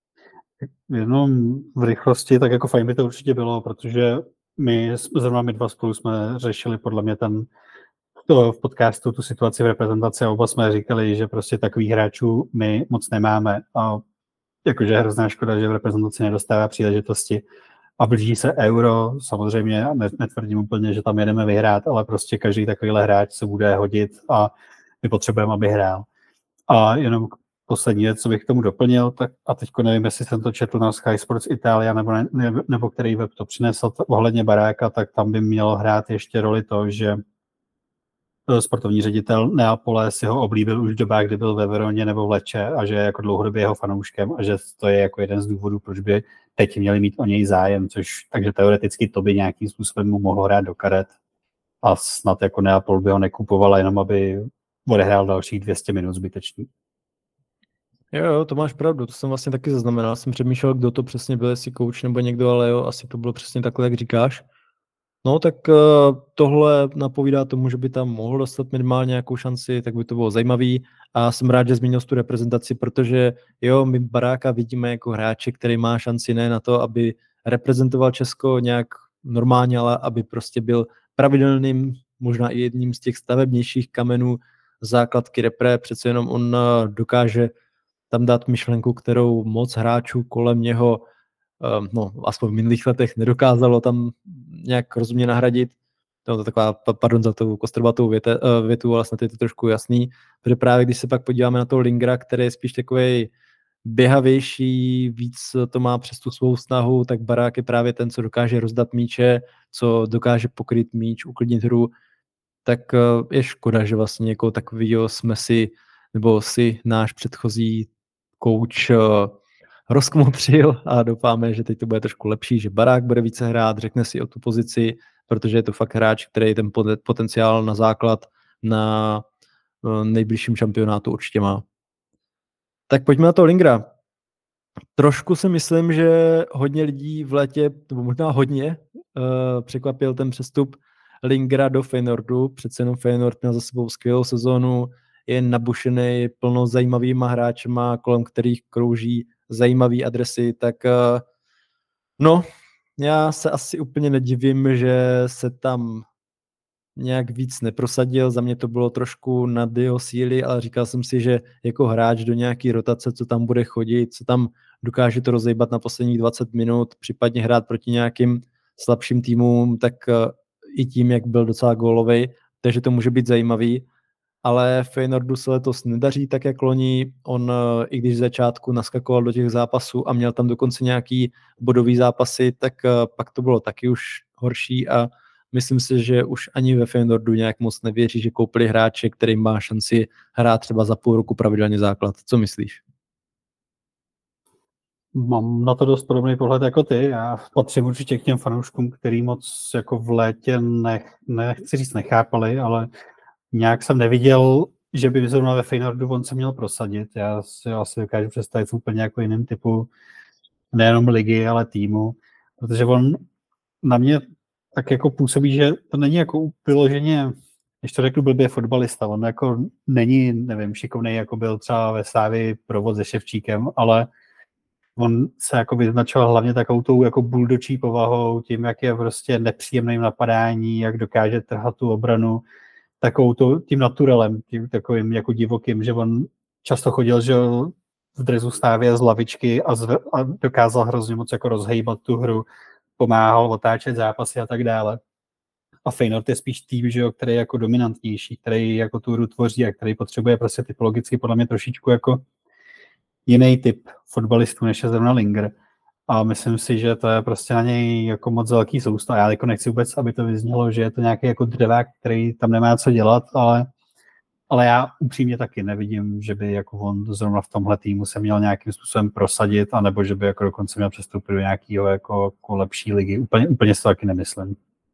Jenom v rychlosti, tak jako fajn by to určitě bylo, protože my, zrovna my dva spolu jsme řešili podle mě ten to v podcastu tu situaci v reprezentaci a oba jsme říkali, že prostě takových hráčů my moc nemáme a jakože hrozná škoda, že v reprezentaci nedostává příležitosti a blíží se Euro, samozřejmě netvrdím úplně, že tam jedeme vyhrát, ale prostě každý takovýhle hráč se bude hodit a my potřebujeme, aby hrál. A jenom poslední věc, co bych k tomu doplnil, tak a teďko nevím, jestli jsem to četl na Sky Sports Italia, nebo, ne, nebo který web to přinesl ohledně Baráka, tak tam by mělo hrát ještě roli to, že sportovní ředitel Neapole si ho oblíbil už v dobách, kdy byl ve Veroně nebo v Leče a že je jako dlouhodobě jeho fanouškem a že to je jako jeden z důvodů, proč by teď měli mít o něj zájem, což takže teoreticky to by nějakým způsobem mu mohlo hrát do karet a snad jako Neapol by ho nekupovala jenom, aby odehrál dalších dvě stě minut zbytečný. Jo, jo, to máš pravdu, to jsem vlastně taky zaznamenal. Jsem přemýšlel, kdo to přesně byl, jestli coach nebo někdo, ale jo, asi to bylo přesně takhle, jak říkáš. No tak uh, tohle napovídá tomu, že by tam mohl dostat minimálně nějakou šanci, tak by to bylo zajímavý a jsem rád, že zmínil tu reprezentaci, protože jo, my Baráka vidíme jako hráče, který má šanci ne na to, aby reprezentoval Česko nějak normálně, ale aby prostě byl pravidelným, možná i jedním z těch stavebnějších kamenů základky repre, přece jenom on uh, dokáže tam dát myšlenku, kterou moc hráčů kolem něho Um, no, aspoň v minulých letech nedokázalo tam nějak rozumně nahradit. To je taková, pardon za tou kostrbatou věte, uh, větu, ale snad je to trošku jasný, protože právě když se pak podíváme na toho Lingra, který je spíš takovej běhavější, víc to má přes tu svou snahu, tak Barák je právě ten, co dokáže rozdat míče, co dokáže pokryt míč, uklidnit hru, tak uh, je škoda, že vlastně jako takovýho jsme si, nebo si náš předchozí kouč uh, rozkmotřil a doufáme, že teď to bude trošku lepší, že Barák bude více hrát, řekne si o tu pozici, protože je to fakt hráč, který ten potenciál na základ na nejbližším šampionátu určitě má. Tak pojďme na to Lingra. Trošku si myslím, že hodně lidí v létě, nebo možná hodně, uh, překvapil ten přestup Lingra do Feyenoordu. Přece jenom Feyenoord měl za sebou skvělou sezónu, je nabušený plno zajímavýma hráčema, kolem kterých krouží zajímavé adresy, tak no, já se asi úplně nedivím, že se tam nějak víc neprosadil, za mě to bylo trošku nad jeho síly, ale říkal jsem si, že jako hráč do nějaký rotace, co tam bude chodit, co tam dokáže to rozejbat na posledních dvacet minut, případně hrát proti nějakým slabším týmům, tak i tím, jak byl docela gólovej, takže to může být zajímavý. Ale Feyenoordu se letos nedaří tak, jak loni. On, i když z začátku naskakoval do těch zápasů a měl tam dokonce nějaký bodový zápasy, tak pak to bylo taky už horší a myslím si, že už ani ve Feyenoordu nějak moc nevěří, že koupili hráče, který má šanci hrát třeba za půl roku pravidelně základ. Co myslíš? Mám na to dost podobný pohled jako ty. Já patřím určitě k těm fanouškům, který moc jako v létě nech, nechci říct nechápali, ale nějak jsem neviděl že by zrovna ve Feyenoordu on se měl prosadit. Já si asi dokážu představit úplně jako jiným typu nejenom ligy, ale týmu, protože on na mě tak jako působí, že to není jako vyloženě, když to řeknu blbě, fotbalista. On jako není, nevím, šikovnej, jako byl třeba ve Slávii Provod se Ševčíkem, ale on se jako vyznačoval hlavně takovou tou jako buldočí povahou, tím, jak je prostě nepříjemným napadání, jak dokáže trhat tu obranu, takovou to, tím naturelem, tím takovým jako divokým, že on často chodil, že v drezu Slávie z lavičky a, zve, a dokázal hrozně moc jako rozhejbat tu hru, pomáhal otáčet zápasy a tak dále. A Feyenoord je spíš tým, že jo, který je jako dominantnější, který jako tu hru tvoří a který potřebuje prostě typologicky podle mě trošičku jako jiný typ fotbalistů, než je zrovna Linger. A myslím si, že to je prostě na něj jako moc velký sousto. Já jako nechci vůbec, aby to vyznělo, že je to nějaký jako dřevák, který tam nemá co dělat, ale, ale já upřímně taky nevidím, že by jako on zrovna v tomhle týmu se měl nějakým způsobem prosadit, anebo že by jako dokonce měl přestoupit do nějakého jako, jako lepší ligy. Úplně, úplně si to taky nemyslím.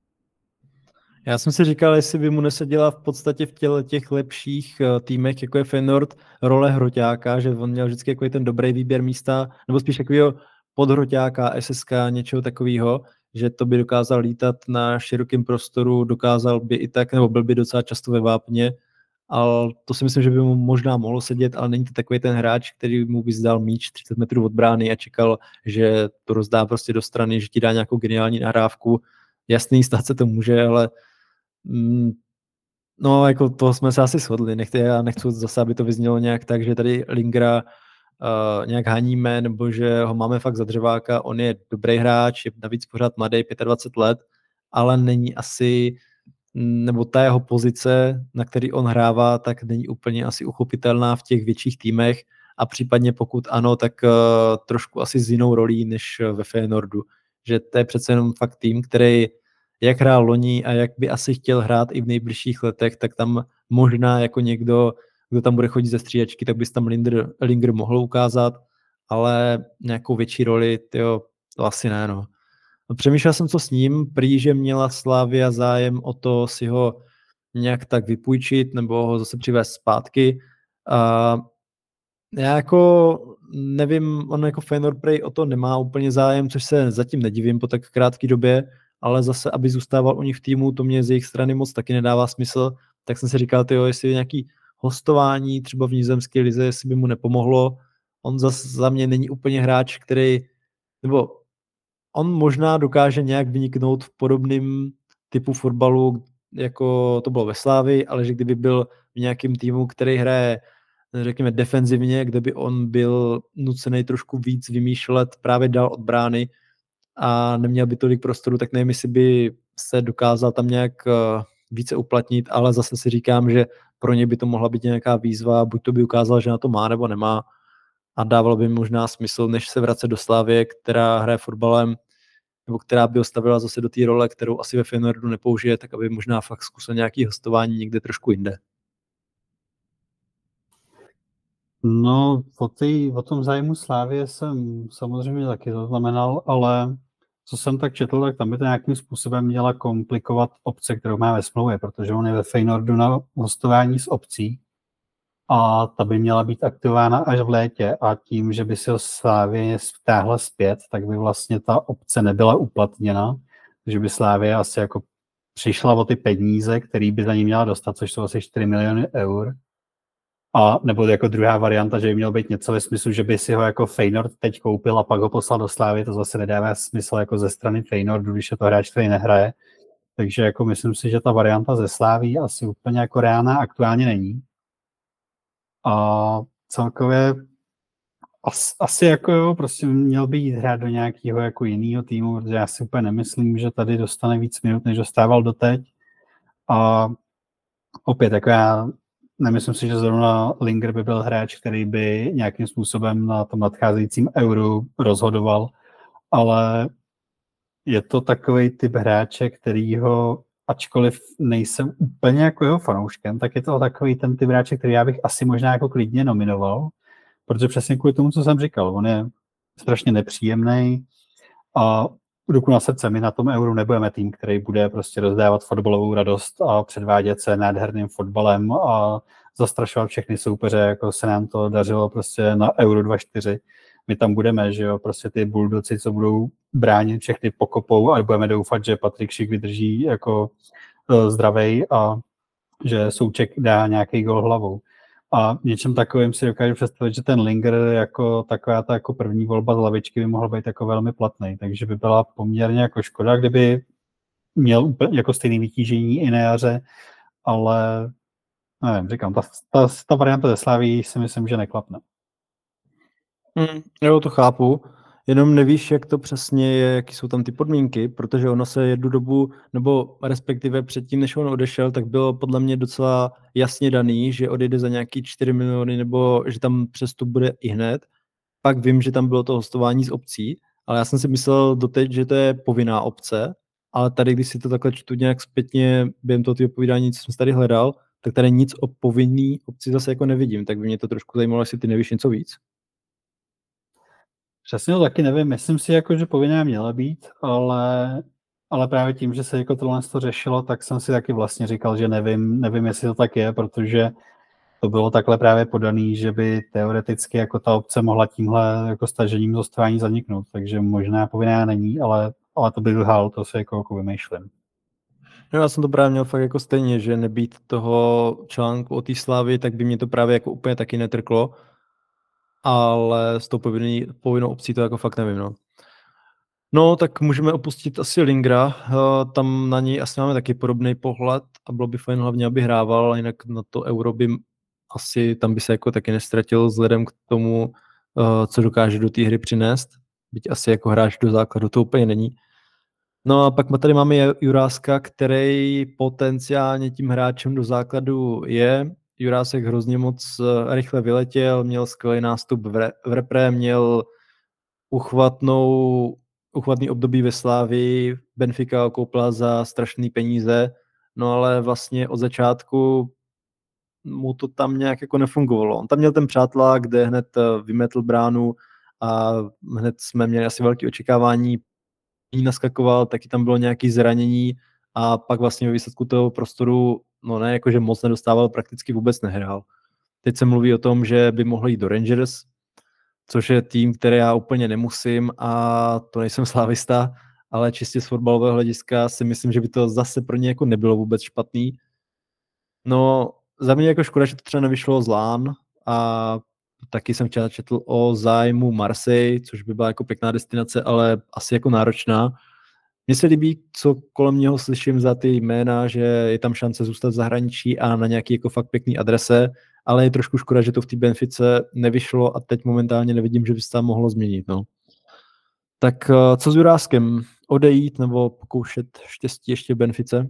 Já jsem si říkal, jestli by mu neseděla v podstatě v těle těch lepších týmech, jako je Feyenoord, role hroťáka, že on měl vždycky jako ten dobrý výběr místa, nebo spíš takového podhroťáka, S S K, něčeho takového, že to by dokázal lítat na širokém prostoru, dokázal by i tak, nebo byl by docela často ve vápně, ale to si myslím, že by mu možná mohlo sedět, ale není to takový ten hráč, který mu by zdal míč třicet metrů od brány a čekal, že to rozdá prostě do strany, že ti dá nějakou geniální nahrávku. Jasný, stát se to může, ale mm, no, jako to jsme se asi shodli. Nechci, já nechci zase, aby to vyznělo nějak tak, že tady Lingera uh, nějak haníme, nebo že ho máme fakt za dřeváka. On je dobrý hráč, je navíc pořád mladý, dvacet pět let, ale není asi, nebo ta jeho pozice, na který on hrává, tak není úplně asi uchopitelná v těch větších týmech a případně pokud ano, tak uh, trošku asi s jinou rolí než ve Feyenoordu. Že to je přece jenom fakt tým, který jak hrál loni a jak by asi chtěl hrát i v nejbližších letech, tak tam možná jako někdo, kdo tam bude chodit ze střídačky, tak bys tam Linger, Linger mohl ukázat, ale nějakou větší roli, tyjo, to asi ne, no. Přemýšlel jsem, co s ním, prý, že měla Slavia zájem o to si ho nějak tak vypůjčit nebo ho zase přivést zpátky. A já jako nevím, on jako Feyenoord prej o to nemá úplně zájem, což se zatím nedivím po tak krátké době, ale zase, aby zůstával u nich v týmu, to mě z jejich strany moc taky nedává smysl, tak jsem si říkal, tyjo, jestli nějaký hostování třeba v nizozemské lize, jestli by mu nepomohlo. On zase za mě není úplně hráč, který, nebo on možná dokáže nějak vyniknout v podobném typu fotbalu, jako to bylo ve Slávii, ale že kdyby byl v nějakém týmu, který hraje, řekněme, defenzivně, kde by on byl nucený trošku víc vymýšlet právě dál od brány a neměl by tolik prostoru, tak nevím, jestli by se dokázal tam nějak více uplatnit, ale zase si říkám, že pro ně by to mohla být nějaká výzva, buď to by ukázal, že na to má, nebo nemá a dávalo by možná smysl, než se vracet do Slávie, která hraje fotbalem, nebo která by ho stavila zase do té role, kterou asi ve Feyenoordu nepoužije, tak aby možná fakt zkusil nějaký hostování někde trošku jinde. No, o, tý, o tom zájmu Slávie jsem samozřejmě taky zaznamenal, ale co jsem tak četl, tak tam by to nějakým způsobem měla komplikovat opce, kterou má ve smlouvě, protože on je ve Feyenoordu na hostování s opcí a ta by měla být aktivována až v létě a tím, že by se ho Slávie vtáhla zpět, tak by vlastně ta opce nebyla uplatněna, takže by Slávie asi jako přišla o ty peníze, které by za ní měla dostat, což jsou asi čtyři miliony eur. A nebo jako druhá varianta, že by mělo být něco ve smyslu, že by si ho jako Feyenoord teď koupil a pak ho poslal do Slávy, to zase nedává smysl jako ze strany Feyenoordu, když je to hráč, který nehraje. Takže jako myslím si, že ta varianta ze Sláví asi úplně jako reálná aktuálně není. A celkově as, asi jako jo, prostě měl by jít hrát do nějakého jako jiného týmu, protože já si úplně nemyslím, že tady dostane víc minut, než dostával doteď. A opět, jako já nemyslím si, že zrovna Linger by byl hráč, který by nějakým způsobem na tom nadcházejícím euru rozhodoval, ale je to takový typ hráče, kterýho, ačkoliv nejsem úplně jako jeho fanouškem, tak je to takový ten typ hráče, který já bych asi možná jako klidně nominoval, protože přesně kvůli tomu, co jsem říkal, on je strašně nepříjemný a ruku na srdce, my na tom euru nebudeme tým, který bude prostě rozdávat fotbalovou radost a předvádět se nádherným fotbalem a zastrašovat všechny soupeře, jako se nám to dařilo prostě na Euro dva čtyři. My tam budeme, že jo, prostě ty buldoci, co budou bránit, všechny pokopou a budeme doufat, že Patrik Šik vydrží jako uh, zdravej a že Souček dá nějaký gol hlavou. A něčem takovým si dokážu představit, že ten Linger jako taková ta jako první volba z lavičky by mohl být jako velmi platný, takže by byla poměrně jako škoda, kdyby měl úplně jako stejný vytížení i na jaře, ale nevím, říkám, ta, ta, ta varianta ze Slaví si myslím, že neklapne. Hmm, jo, to chápu, jenom nevíš, jak to přesně je, jaký jsou tam ty podmínky, protože ono se jednu dobu, nebo respektive předtím, než on odešel, tak bylo podle mě docela jasně daný, že odejde za nějaký čtyři miliony, nebo že tam přestup bude i hned. Pak vím, že tam bylo to hostování z obcí, ale já jsem si myslel doteď, že to je povinná obce, ale tady, když si to takhle čtu nějak zpětně během toho ty povídání, co jsem tady hledal, tak tady nic o povinný obci zase jako nevidím, tak by mě to trošku zajímalo, jestli ty nevíš něco víc. Přesně to taky nevím, myslím si, jako, že povinná měla být, ale, ale právě tím, že se jako tohle to řešilo, tak jsem si taky vlastně říkal, že nevím, nevím, jestli to tak je, protože to bylo takhle právě podaný, že by teoreticky jako ta obce mohla tímhle jako stažením zostování zaniknout, takže možná povinná není, ale, ale to by lhal, to se jako, jako vymýšlím. No, já jsem to právě měl fakt jako stejně, že nebýt toho článku o té Slávy, tak by mě to právě jako úplně taky netrklo, ale s tou povinný, povinnou obcí to jako fakt nevím, no. No, tak můžeme opustit asi Lingera, tam na něj asi máme taky podobný pohled a bylo by fajn hlavně, aby hrával, ale jinak na to Euro by asi tam by se jako taky nestratil vzhledem k tomu, co dokáže do té hry přinést, byť asi jako hráč do základu to úplně není. No a pak tady máme Juráska, který potenciálně tím hráčem do základu je. Jurásek hrozně moc rychle vyletěl, měl skvělý nástup v, re, v repre, měl uchvatnou, uchvatný období ve Slávii, Benfica koupila za strašný peníze, no ale vlastně od začátku mu to tam nějak jako nefungovalo. On tam měl ten přátelá, kde hned vymetl bránu a hned jsme měli asi velké očekávání, naskakoval, taky tam bylo nějaké zranění a pak vlastně ve výsledku toho prostoru, no ne, jakože moc nedostával, prakticky vůbec nehrál. Teď se mluví o tom, že by mohl jít do Rangers, což je tým, který já úplně nemusím a to nejsem slávista, ale čistě z fotbalového hlediska si myslím, že by to zase pro ně jako nebylo vůbec špatný. No, za mě jako škoda, že to třeba nevyšlo z Lán a taky jsem včera četl o zájmu Marseille, což by byla jako pěkná destinace, ale asi jako náročná. Mně se líbí, co kolem něho slyším za ty jména, že je tam šance zůstat v zahraničí a na nějaký jako fakt pěkný adrese, ale je trošku škoda, že to v té Benfice nevyšlo a teď momentálně nevidím, že by se tam mohlo změnit. No. Tak co s Juráskem? Odejít nebo pokoušet štěstí ještě v Benfice?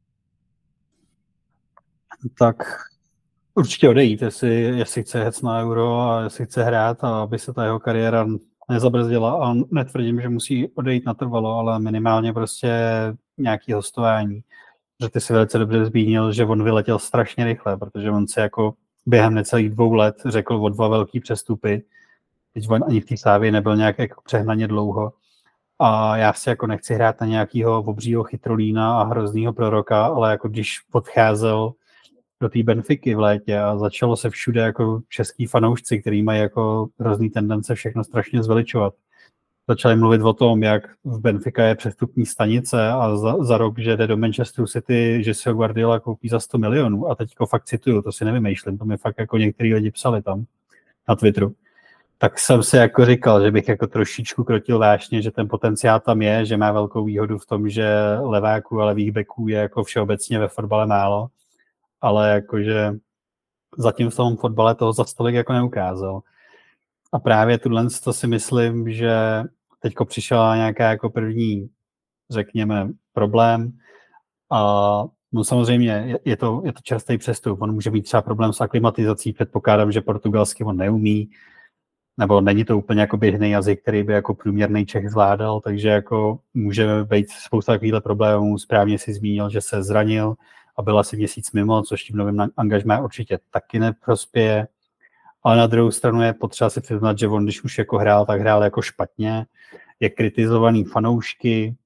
Tak určitě odejít, jestli, jestli chce jet na Euro a jestli chce hrát a aby se ta jeho kariéra nezabrzdila a netvrdím, že musí odejít natrvalo, ale minimálně prostě nějaký hostování. Že ty si velice dobře zmínil, že on vyletěl strašně rychle, protože on se jako během necelých dvou let řekl o dva velký přestupy. Teď on ani v té Slávii nebyl nějak jako přehnaně dlouho. A já si jako nechci hrát na nějakého obřího chytrolína a hroznýho proroka, ale jako když podcházel do té Benfiky v létě a začalo se všude jako český fanoušci, který mají jako hrozný tendence všechno strašně zveličovat. Začali mluvit o tom, jak v Benfica je přestupní stanice a za, za rok, že jde do Manchesteru City, že si ho Guardiola koupí za sto milionů. A teď fakt cituju, to si nevymýšlím, to mi fakt jako některý lidi psali tam na Twitteru. Tak jsem si jako říkal, že bych jako trošičku krotil vážně, že ten potenciál tam je, že má velkou výhodu v tom, že leváků a levých beků je jako všeobecně ve fotbale málo, ale jakože zatím v tom fotbale toho za stolik jako neukázal. A právě tuhle to si myslím, že teďko přišla nějaká jako první, řekněme, problém. A no samozřejmě je to, je to čerstvý přestup. On může mít třeba problém s aklimatizací, předpokládám, že portugalsky on neumí, nebo není to úplně jako běžný jazyk, který by jako průměrný Čech zvládal, takže jako může být spousta takovýchhle problémů. Správně si zmínil, že se zranil a byl asi měsíc mimo, což tím novým angažmá určitě taky neprospěje. Ale na druhou stranu je potřeba si přiznat, že on, když už jako hrál, tak hrál jako špatně. Je kritizovaný fanoušky,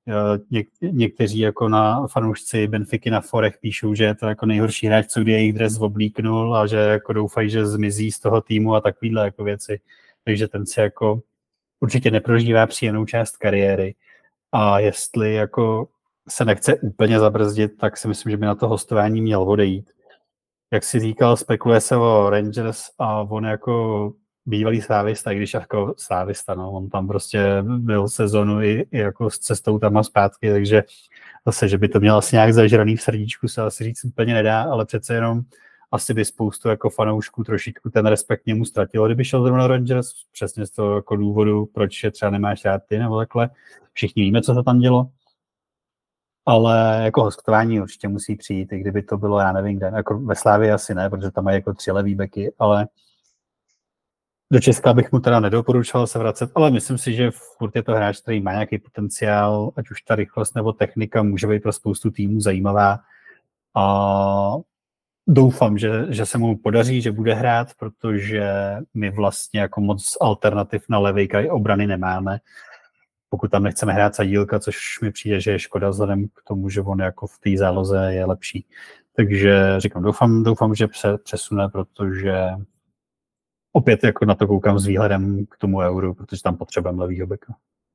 Něk, někteří jako na fanoušci Benfiky na forech píšou, že je to jako nejhorší hráč, co kdy jejich dres oblíknul a že jako doufají, že zmizí z toho týmu a takovýhle jako věci. Takže ten si jako určitě neprožívá příjemnou část kariéry. A jestli jako se nechce úplně zabrzdit, tak si myslím, že by na to hostování měl odejít. Jak si říkal, spekuluje se o Rangers a on jako bývalý slávista, i když jako slávista, no, on tam prostě byl sezonu i, i jako s cestou tam a zpátky, takže zase, že by to měl asi nějak zažraný v srdíčku, se asi říct úplně nedá, ale přece jenom asi by spoustu jako fanoušků trošičku ten respekt němu ztratilo, kdyby šel zrovna Rangers, přesně z toho jako důvodu, proč je třeba nemáš rád ty nebo takhle. Všichni víme, co se tam dělo. Ale jako hostování určitě musí přijít, i kdyby to bylo, já nevím kde, jako ve Slávii asi ne, protože tam mají jako tři levý beky, ale do Česka bych mu teda nedoporučoval se vracet, ale myslím si, že furt je to hráč, který má nějaký potenciál, ať už ta rychlost nebo technika může být pro spoustu týmů zajímavá a doufám, že, že se mu podaří, že bude hrát, protože my vlastně jako moc alternativ na levý kraj obrany nemáme. Pokud tam nechceme hrát Sadílka, což mi přijde, že je škoda vzhledem k tomu, že on jako v té záloze je lepší. Takže říkám, doufám, doufám, že se přesune, protože opět jako na to koukám s výhledem k tomu euru, protože tam potřebujeme levýho beka.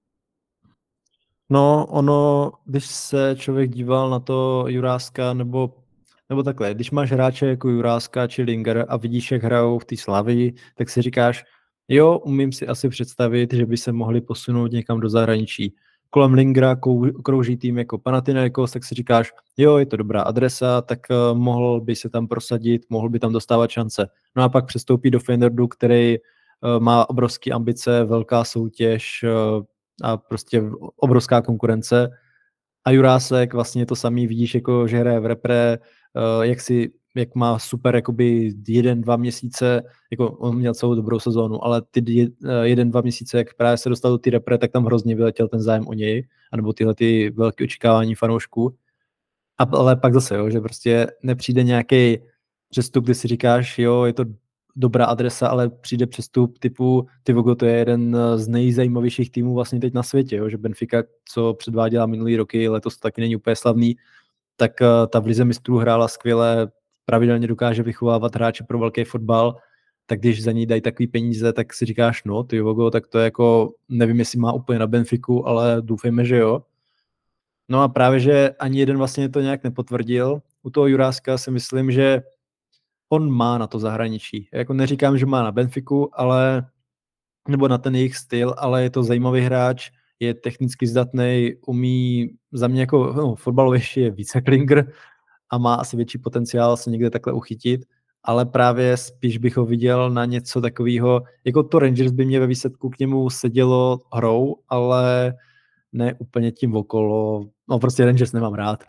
No, ono, když se člověk díval na to Juráska, nebo, nebo takhle, když máš hráče jako Juráska či Linger a vidíš, jak hrajou v té Slavii, tak si říkáš, jo, umím si asi představit, že by se mohli posunout někam do zahraničí. Kolem Lingera krouží tým jako Panathinaikos, tak si říkáš, jo, je to dobrá adresa, tak uh, mohl by se tam prosadit, mohl by tam dostávat šance. No a pak přestoupí do Feyenoordu, který uh, má obrovské ambice, velká soutěž uh, a prostě obrovská konkurence. A Jurásek vlastně to samý vidíš, jako že hraje v repre, uh, jak si jak má super jakoby jeden, dva měsíce, jako on měl celou dobrou sezónu, ale ty jeden, dva měsíce, jak právě se dostal do ty repre, tak tam hrozně vyletěl ten zájem o něj, anebo tyhle ty velké očekávání fanoušků. A, ale pak zase, jo, že prostě nepřijde nějaký přestup, kdy si říkáš, jo, je to dobrá adresa, ale přijde přestup typu, ty Vogo, to je jeden z nejzajímavějších týmů vlastně teď na světě, jo, že Benfica, co předváděla minulý roky, letos to taky není úplně slavný, tak uh, ta v lize mistrů hrála skvěle, pravidelně dokáže vychovávat hráče pro velký fotbal, tak když za ní dají takový peníze, tak si říkáš, no, ty Vogo, tak to je jako, nevím, jestli má úplně na Benfiku, ale doufejme, že jo. No a právě, že ani jeden vlastně to nějak nepotvrdil. U toho Juráska si myslím, že on má na to zahraničí. Jako neříkám, že má na Benfiku, ale nebo na ten jejich styl, ale je to zajímavý hráč, je technicky zdatný, umí za mě jako no, fotbalovější je více Klinger a má asi větší potenciál se někde takhle uchytit, ale právě spíš bych ho viděl na něco takového, jako to Rangers by mě ve výsledku k němu sedělo hrou, ale ne úplně tím okolo, no prostě Rangers nemám rád,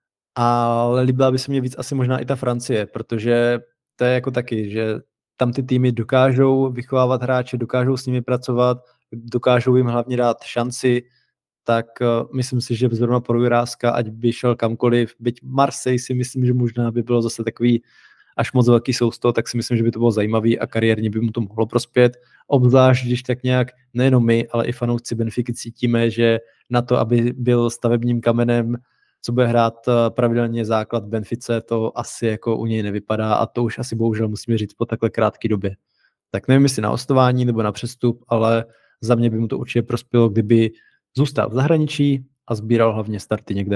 ale líbila by se mě víc asi možná i ta Francie, protože to je jako taky, že tam ty týmy dokážou vychovávat hráče, dokážou s nimi pracovat, dokážou jim hlavně dát šanci, tak uh, myslím si, že zrovna pro Juráska, ať by šel kamkoliv, byť Marseille si myslím, že možná by bylo zase takový až moc velký sousto, tak si myslím, že by to bylo zajímavý a kariérně by mu to mohlo prospět. Obzvlášť, když tak nějak nejenom my, ale i fanoušci Benfiky cítíme, že na to, aby byl stavebním kamenem, co bude hrát pravidelně základ v Benfice, to asi jako u něj nevypadá a to už asi bohužel musíme říct po takhle krátké době. Tak nevím, jestli na hostování nebo na přestup, ale za mě by mu to určitě prospělo, kdyby zůstal v zahraničí a sbíral hlavně starty někde.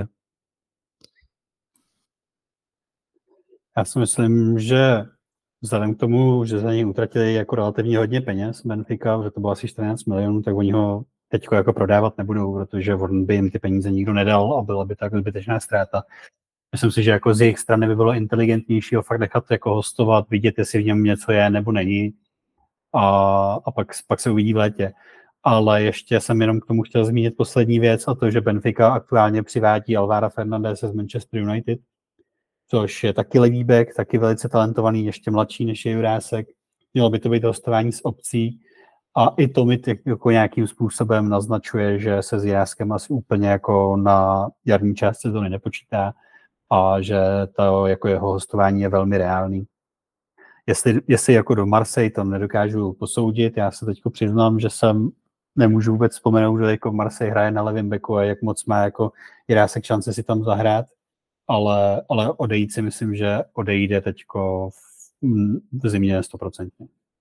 Já si myslím, že vzhledem k tomu, že za něj utratili jako relativně hodně peněz Benfica, že to bylo asi čtrnáct milionů, tak oni ho teď jako prodávat nebudou, protože on by jim ty peníze nikdo nedal a byla by tak zbytečná ztráta. Myslím si, že jako z jejich strany by bylo inteligentnější ho fakt nechat jako hostovat, vidět, jestli v něm něco je nebo není a, a pak, pak se uvidí v létě. Ale ještě jsem jenom k tomu chtěl zmínit poslední věc a to, že Benfica aktuálně přivádí Alvara Fernandese z Manchester United, což je taky levý back, taky velice talentovaný, ještě mladší než je Jurásek. Mělo by to být hostování s opcí a i to mi jako nějakým způsobem naznačuje, že se s Juráskem asi úplně jako na jarní část sezóny nepočítá a že to jako jeho hostování je velmi reálný. Jestli, jestli jako do Marseille to nedokážu posoudit, já se teď přiznám, že jsem nemůžu vůbec vzpomenout, že jako v Marseille hraje na levém beku a jak moc má jako Jirásek šance si tam zahrát, ale, ale odejít si myslím, že odejde teďko v, v zimě sto procent.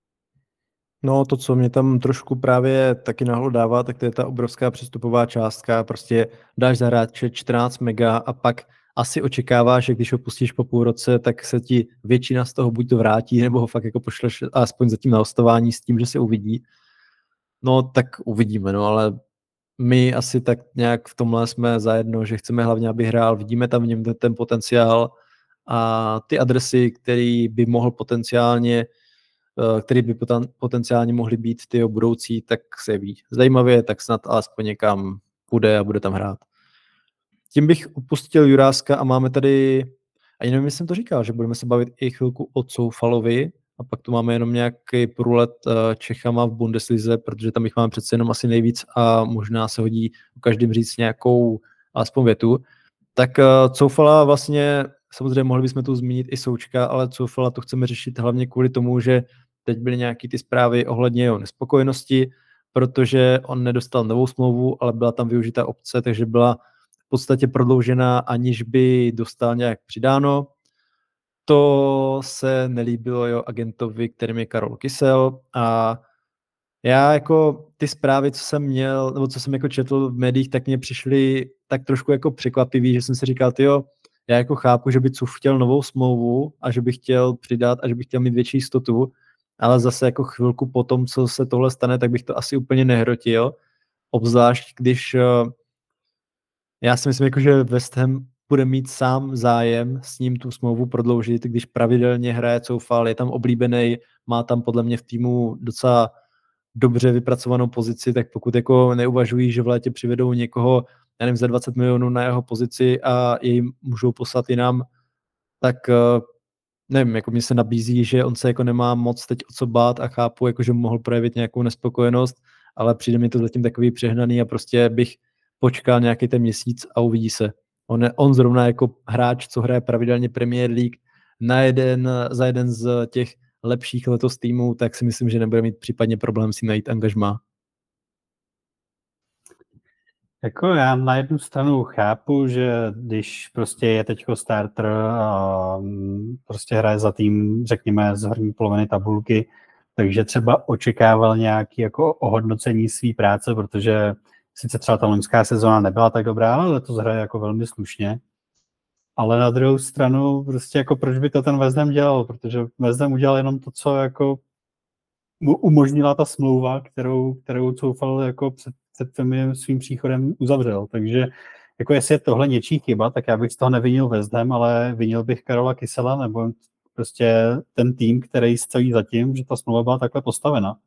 No to, co mě tam trošku právě taky nahlo dává, tak to je ta obrovská přestupová částka. Prostě dáš za hráče čtrnáct mega a pak asi očekáváš, že když ho pustíš po půl roce, tak se ti většina z toho buď to vrátí, nebo ho fakt jako pošleš aspoň zatím na hostování s tím, že se uvidí. No tak uvidíme, no ale my asi tak nějak v tomhle jsme zajedno, že chceme hlavně, aby hrál, vidíme tam v něm ten, ten potenciál a ty adresy, který by mohl potenciálně který by potenciálně mohly být ty budoucí, tak se ví. Zajímavě, tak snad alespoň někam půjde a bude tam hrát. Tím bych upustil Juráska a máme tady, a nevím, jestli jsem to říkal, že budeme se bavit i chvilku o Coufalovi a pak tu máme jenom nějaký průlet Čechama v Bundeslize, protože tam bych máme přece jenom asi nejvíc a možná se hodí o každém říct nějakou alespoň větu. Tak Coufala vlastně, samozřejmě mohli bychom tu zmínit i Součka, ale Coufala to chceme řešit hlavně kvůli tomu, že teď byly nějaké ty zprávy ohledně jeho nespokojenosti, protože on nedostal novou smlouvu, ale byla tam využita opce, takže byla v podstatě prodloužena, aniž by dostal nějak přidáno. To se nelíbilo jeho agentovi, kterým je Karol Kysel, a já jako ty zprávy, co jsem měl, nebo co jsem jako četl v médiích, tak mě přišly tak trošku jako překvapivý, že jsem si říkal, tyjo, já jako chápu, že by Cuf chtěl novou smlouvu a že by chtěl přidat a že by chtěl mít větší jistotu, ale zase jako chvilku po tom, co se tohle stane, tak bych to asi úplně nehrotil, obzvlášť když uh, já si myslím, jako, že West Ham bude mít sám zájem s ním tu smlouvu prodloužit, když pravidelně hraje Coufal, je tam oblíbený, má tam podle mě v týmu docela dobře vypracovanou pozici, tak pokud jako neuvažují, že v létě přivedou někoho, já nevím, za dvacet milionů na jeho pozici a jej můžou poslat jinam, tak uh, nevím, jako mi se nabízí, že on se jako nemá moc teď o co bát a chápu, jako, že mohl projevit nějakou nespokojenost, ale přijde mi to zatím takový přehnaný a prostě bych počkal nějaký ten měsíc a uvidí se. On, je, on zrovna jako hráč, co hraje pravidelně Premier League na jeden, za jeden z těch lepších letos týmů, tak si myslím, že nebude mít případně problém si najít angažmá. Jako já na jednu stranu chápu, že když prostě je teďko starter a prostě hraje za tým, řekněme, z horní poloviny tabulky, takže třeba očekával nějaké jako ohodnocení své práce, protože sice třeba ta loňská sezóna nebyla tak dobrá, ale letos hraje jako velmi slušně. Ale na druhou stranu prostě jako proč by to ten West Ham dělal, protože West Ham udělal jenom to, co jako mu umožnila ta smlouva, kterou, kterou Coufal jako před, před tím svým příchodem uzavřel. Takže jako jestli je tohle něčí chyba, tak já bych z toho nevinil West Ham, ale vinil bych Karola Kysela nebo prostě ten tým, který stojí za tím, že ta smlouva byla takhle postavena.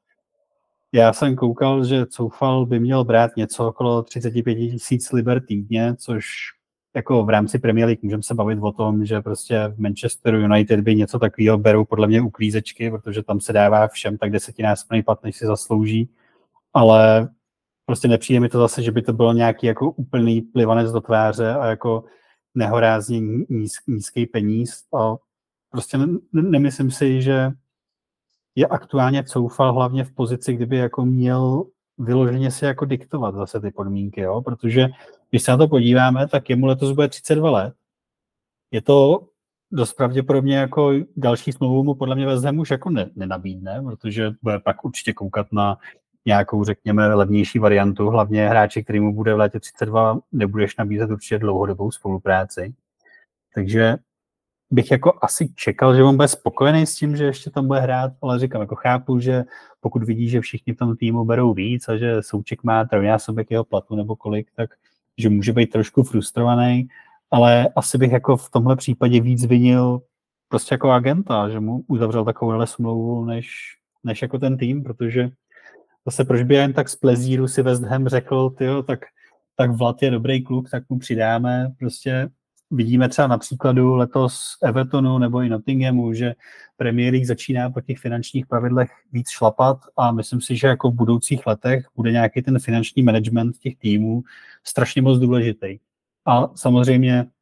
Já jsem koukal, že Coufal by měl brát něco okolo třicet pět tisíc liber týdně, což jako v rámci Premier League můžeme se bavit o tom, že prostě v Manchesteru United by něco takového berou podle mě u klízečky, protože tam se dává všem tak desetinásobný plat, než si zaslouží, ale prostě nepřijde mi to zase, že by to bylo nějaký jako úplný plivanec do tváře a jako nehorázně níz, nízký peníz a prostě ne, nemyslím si, že je aktuálně Coufal hlavně v pozici, kdyby jako měl vyloženě si jako diktovat zase ty podmínky, jo? Protože když se na to podíváme, tak jemu letos bude třicet dva let. Je to dost pravděpodobně jako další smlouvu mu podle mě West Ham už jako ne, nenabídne, protože bude pak určitě koukat na nějakou, řekněme, levnější variantu. Hlavně hráči, který mu bude v létě třicet dva, nebudeš nabízet určitě dlouhodobou spolupráci. Takže bych jako asi čekal, že on bude spokojený s tím, že ještě tam bude hrát, ale říkám, jako chápu, že pokud vidí, že všichni v tom týmu berou víc a že Souček má trojnásobek jeho platu nebo kolik, tak že může být trošku frustrovaný, ale asi bych jako v tomhle případě víc vinil prostě jako agenta, že mu uzavřel takovouhle smlouvu, než, než jako ten tým, protože zase proč by jen tak z plezíru si West Ham řekl, tyjo, tak, tak Vlad je dobrý kluk, tak mu přidáme, prostě vidíme třeba na příkladu letos Evertonu nebo i Nottinghamu, že Premier League začíná po těch finančních pravidlech víc šlapat a myslím si, že jako v budoucích letech bude nějaký ten finanční management těch týmů strašně moc důležitý. A samozřejmě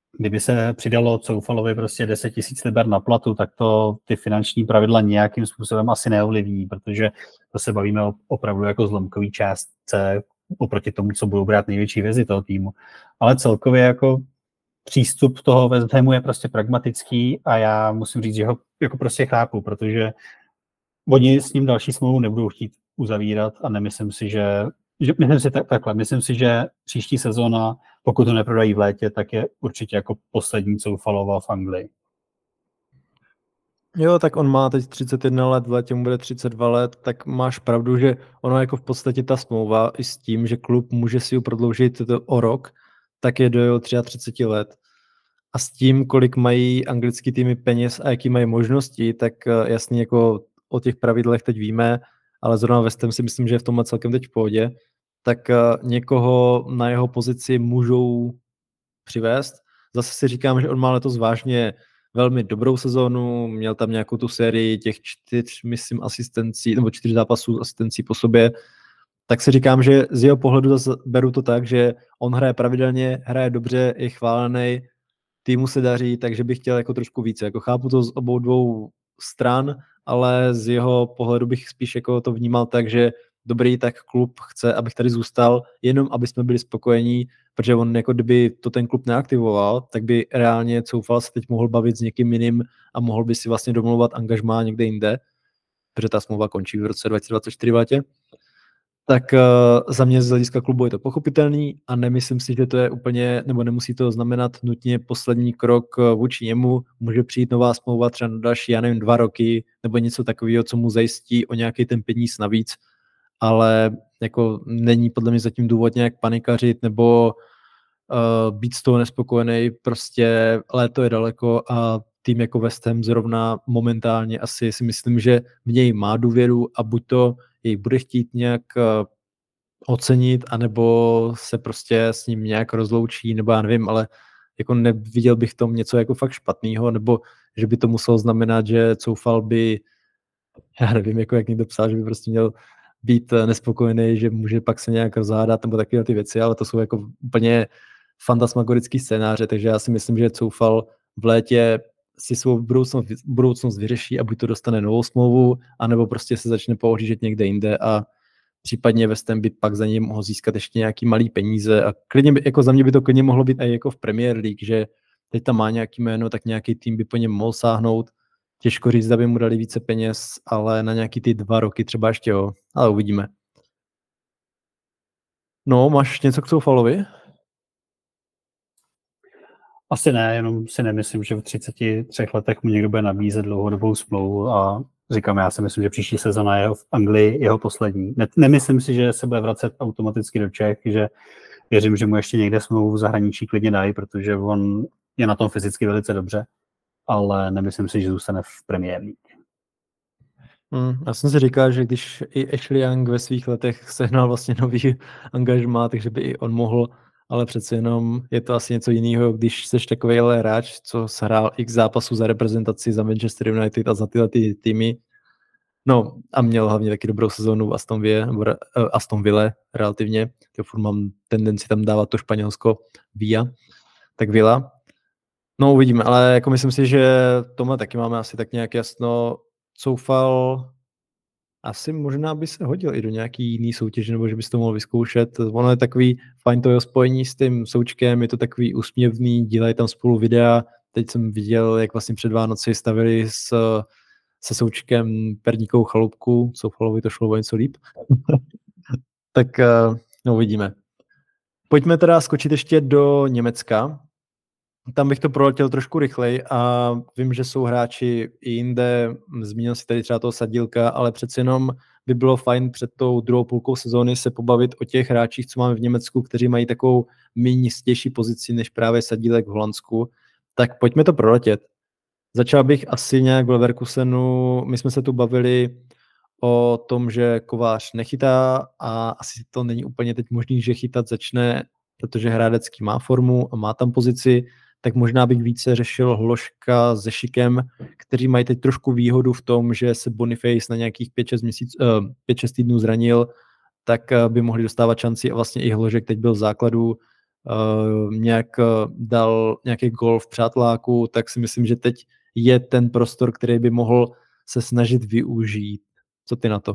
kdyby se přidalo Coufalovi prostě deset tisíc liber na platu, tak to ty finanční pravidla nějakým způsobem asi neovlivní, protože to se bavíme o, opravdu jako zlomkový částce oproti tomu, co budou brát největší vězi toho týmu. Ale celkově jako přístup toho West Hamu je prostě pragmatický a já musím říct, že ho jako prostě chápu, protože oni s ním další smlouvu nebudou chtít uzavírat a nemyslím si, že, že myslím si tak, takhle, myslím si, že příští sezóna, pokud to neprodají v létě, tak je určitě jako poslední Coufalova v Anglii. Jo, tak on má teď třicet jedna let, v létě mu bude třicet dva let, tak máš pravdu, že ono jako v podstatě ta smlouva i s tím, že klub může si ji prodloužit o rok, tak je do jeho třicet tři let. A s tím, kolik mají anglický týmy peněz a jaký mají možnosti, tak jasně jako o těch pravidlech teď víme, ale zrovna West Ham si myslím, že je v tomhle celkem teď v pohodě, tak někoho na jeho pozici můžou přivést. Zase si říkám, že on má letos vážně velmi dobrou sezónu, měl tam nějakou tu sérii těch čtyř, myslím, asistencí, nebo čtyř zápasů asistencí po sobě, tak si říkám, že z jeho pohledu beru to tak, že on hraje pravidelně, hraje dobře, je chválený, týmu se daří, takže bych chtěl jako trošku více. Jako chápu to z obou dvou stran, ale z jeho pohledu bych spíš jako to vnímal tak, že dobrý, tak klub chce, abych tady zůstal, jenom aby jsme byli spokojení, protože on jako kdyby to ten klub neaktivoval, tak by reálně Coufal se teď mohl bavit s někým jiným a mohl by si vlastně domlouvat angažmá někde jinde, protože ta smlouva končí v roce dva tisíce dvacet čtyři v létě. Tak uh, za mě z hlediska klubu je to pochopitelný a nemyslím si, že to je úplně, nebo nemusí to znamenat nutně poslední krok vůči němu. Může přijít nová smlouva třeba na další, já nevím, dva roky, nebo něco takového, co mu zajistí o nějaký ten peníz navíc, ale jako není podle mě zatím důvod nějak panikařit nebo uh, být z toho nespokojený. Prostě léto je daleko a tým jako West Ham zrovna momentálně asi si myslím, že v něj má důvěru a buď to jej bude chtít nějak uh, ocenit, anebo se prostě s ním nějak rozloučí, nebo já nevím, ale jako neviděl bych tom něco jako fakt špatného, nebo že by to muselo znamenat, že Coufal by, já nevím, jako jak někdo psal, že by prostě měl být nespokojený, že může pak se nějak rozhádat, nebo takové ty věci, ale to jsou jako úplně fantasmagorický scénáře, takže já si myslím, že Coufal v létě si svou budoucnost, budoucnost vyřeší a buď to dostane novou smlouvu, anebo prostě se začne pohlížet někde jinde a případně West Ham by pak za něj mohl získat ještě nějaký malý peníze a klidně by, jako za mě by to klidně mohlo být i jako v Premier League, že teď tam má nějaký jméno, tak nějaký tým by po něm mohl sáhnout. Těžko říct, aby mu dali více peněz, ale na nějaký ty dva roky třeba ještě jo, ale uvidíme. No, máš něco k Coufalovi? Asi ne, jenom si nemyslím, že v třiceti třech letech mu někdo bude nabízet dlouhodobou smlouvu a říkám, já si myslím, že příští sezona je v Anglii jeho poslední. Ne, nemyslím si, že se bude vracet automaticky do Čech, že věřím, že mu ještě někde smlouvu v zahraničí klidně dají, protože on je na tom fyzicky velice dobře, ale nemyslím si, že zůstane v Premier League. Hmm, já jsem si říkal, že když i Ashley Young ve svých letech sehnal vlastně nový angažmá, takže by i on mohl, ale přece jenom je to asi něco jiného, když jsi takovýhle hráč, co hrál x zápasů za reprezentaci, za Manchester United a za tyhle ty týmy. No a měl hlavně taky dobrou sezónu v Aston Ville, nebo uh, Aston Ville relativně. Já furt mám tendenci tam dávat to Španělsko Villa, tak Villa. No uvidíme, ale jako myslím si, že tomhle taky máme asi tak nějak jasno. Coufal asi možná by se hodil i do nějaký jiný soutěže, nebo že bys to mohl vyzkoušet. Ono je takový fajn to jeho spojení s tím Součkem, je to takový úsměvný, dělají tam spolu videa. Teď jsem viděl, jak vlastně před Vánoci stavili s, se Součkem perníkovou chalupku. Coufalovi to šlo o něco líp. Tak no uvidíme. Pojďme teda skočit ještě do Německa. Tam bych to proletěl trošku rychleji a vím, že jsou hráči i jinde, zmínil si tady třeba toho Sadílka, ale přeci jenom by bylo fajn před tou druhou půlkou sezóny se pobavit o těch hráčích, co máme v Německu, kteří mají takovou méně jistější pozici než právě Sadílek v Holandsku. Tak pojďme to proletět. Začal bych asi nějak v Leverkusenu, my jsme se tu bavili o tom, že Kovář nechytá a asi to není úplně teď možný, že chytat začne, protože Hrádecký má formu a má tam pozici, tak možná bych více řešil Hložka se Šikem, kteří mají teď trošku výhodu v tom, že se Boniface na nějakých pět šest měsíc, pět šest týdnů zranil, tak by mohli dostávat šanci a vlastně i Hložek teď byl v základu. uh, nějak dal nějaký gól v přátláku, tak si myslím, že teď je ten prostor, který by mohl se snažit využít. Co ty na to?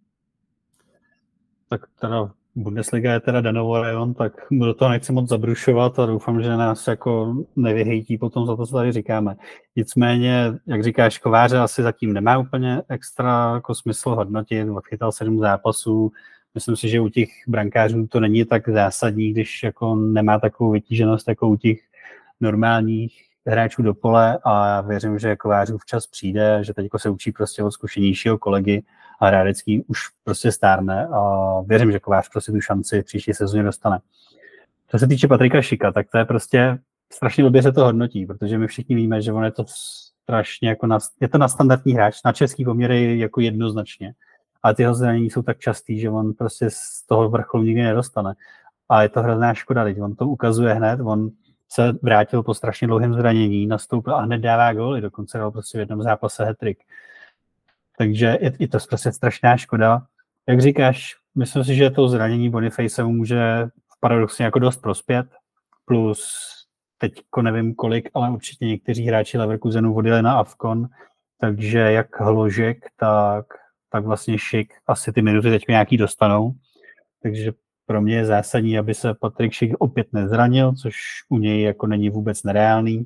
Tak teda Bundesliga je teda Danovo rajon, tak do toho nechci moc zabrušovat a doufám, že nás jako nevyhejtí potom za to, co tady říkáme. Nicméně, jak říkáš, Kováře asi zatím nemá úplně extra jako smysl hodnotit, odchytal sedm zápasů. Myslím si, že u těch brankářů to není tak zásadní, když jako nemá takovou vytíženost jako u těch normálních hráčů do pole a já věřím, že Kovářův čas přijde, že teď se učí prostě od zkušenějšího kolegy a Hrádecký už prostě stárne a věřím, že Kovář prostě tu šanci v příští sezóně dostane. Co se týče Patrika Šika, tak to je prostě strašně blbě se to hodnotí, protože my všichni víme, že on je to strašně jako na, je to na standardní hráč, na český poměry jako jednoznačně. Ale ty jeho zranění jsou tak častý, že on prostě z toho vrcholu nikdy nedostane. A je to hrozná škoda, teď on to ukazuje hned, on se vrátil po strašně dlouhém zranění, nastoupil a hned dává góly, dokonce dal prostě v jednom zápase hat-trick. Takže je, je to prostě strašná škoda. Jak říkáš, myslím si, že to zranění Boniface může paradoxně jako dost prospět, plus teďko nevím kolik, ale určitě někteří hráči Leverkusenu odjeli na AFCON, takže jak Hložek, tak, tak vlastně Šik asi ty minuty teď nějaký dostanou. Takže pro mě je zásadní, aby se Patrik Šik opět nezranil, což u něj jako není vůbec nereálný.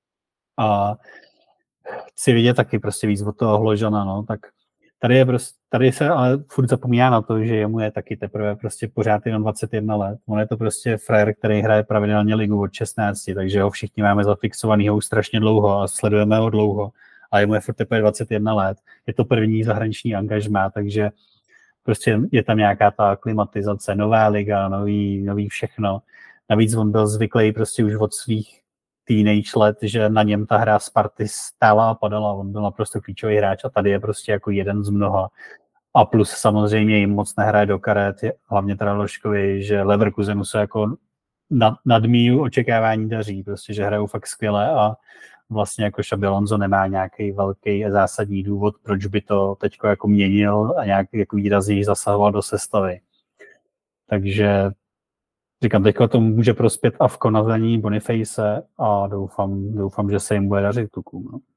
A chci vidět taky prostě víc od toho Hložana, no, tak tady, je prostě, tady se ale furt zapomíná na to, že jemu je taky teprve prostě pořád jenom dvacet jedna let. On je to prostě frajer, který hraje pravidelně ligu od šestnácti, takže ho všichni máme zafixovanýho už strašně dlouho a sledujeme ho dlouho. A jemu je furt teprve dvacet jedna let. Je to první zahraniční angažmá, takže prostě je tam nějaká ta klimatizace, nová liga, nový, nový všechno. Navíc on byl zvyklý prostě už od svých teenage let, že na něm ta hra Sparty stála a padala. On byl naprosto klíčový hráč a tady je prostě jako jeden z mnoha. A plus samozřejmě jim moc nehraje do karet, hlavně teda Ložkovi, že Leverkusenu se jako nad, nad míru očekávání daří, prostě, že hrajou fakt skvěle a vlastně jako Xabi Alonso nemá nějaký velký zásadní důvod, proč by to teďko jako měnil a nějak jako výrazněji zasahoval do sestavy. Takže říkám, teďko to může prospět AFCON na zranění Boniface a doufám, doufám, že se jim bude dařit tukům. No.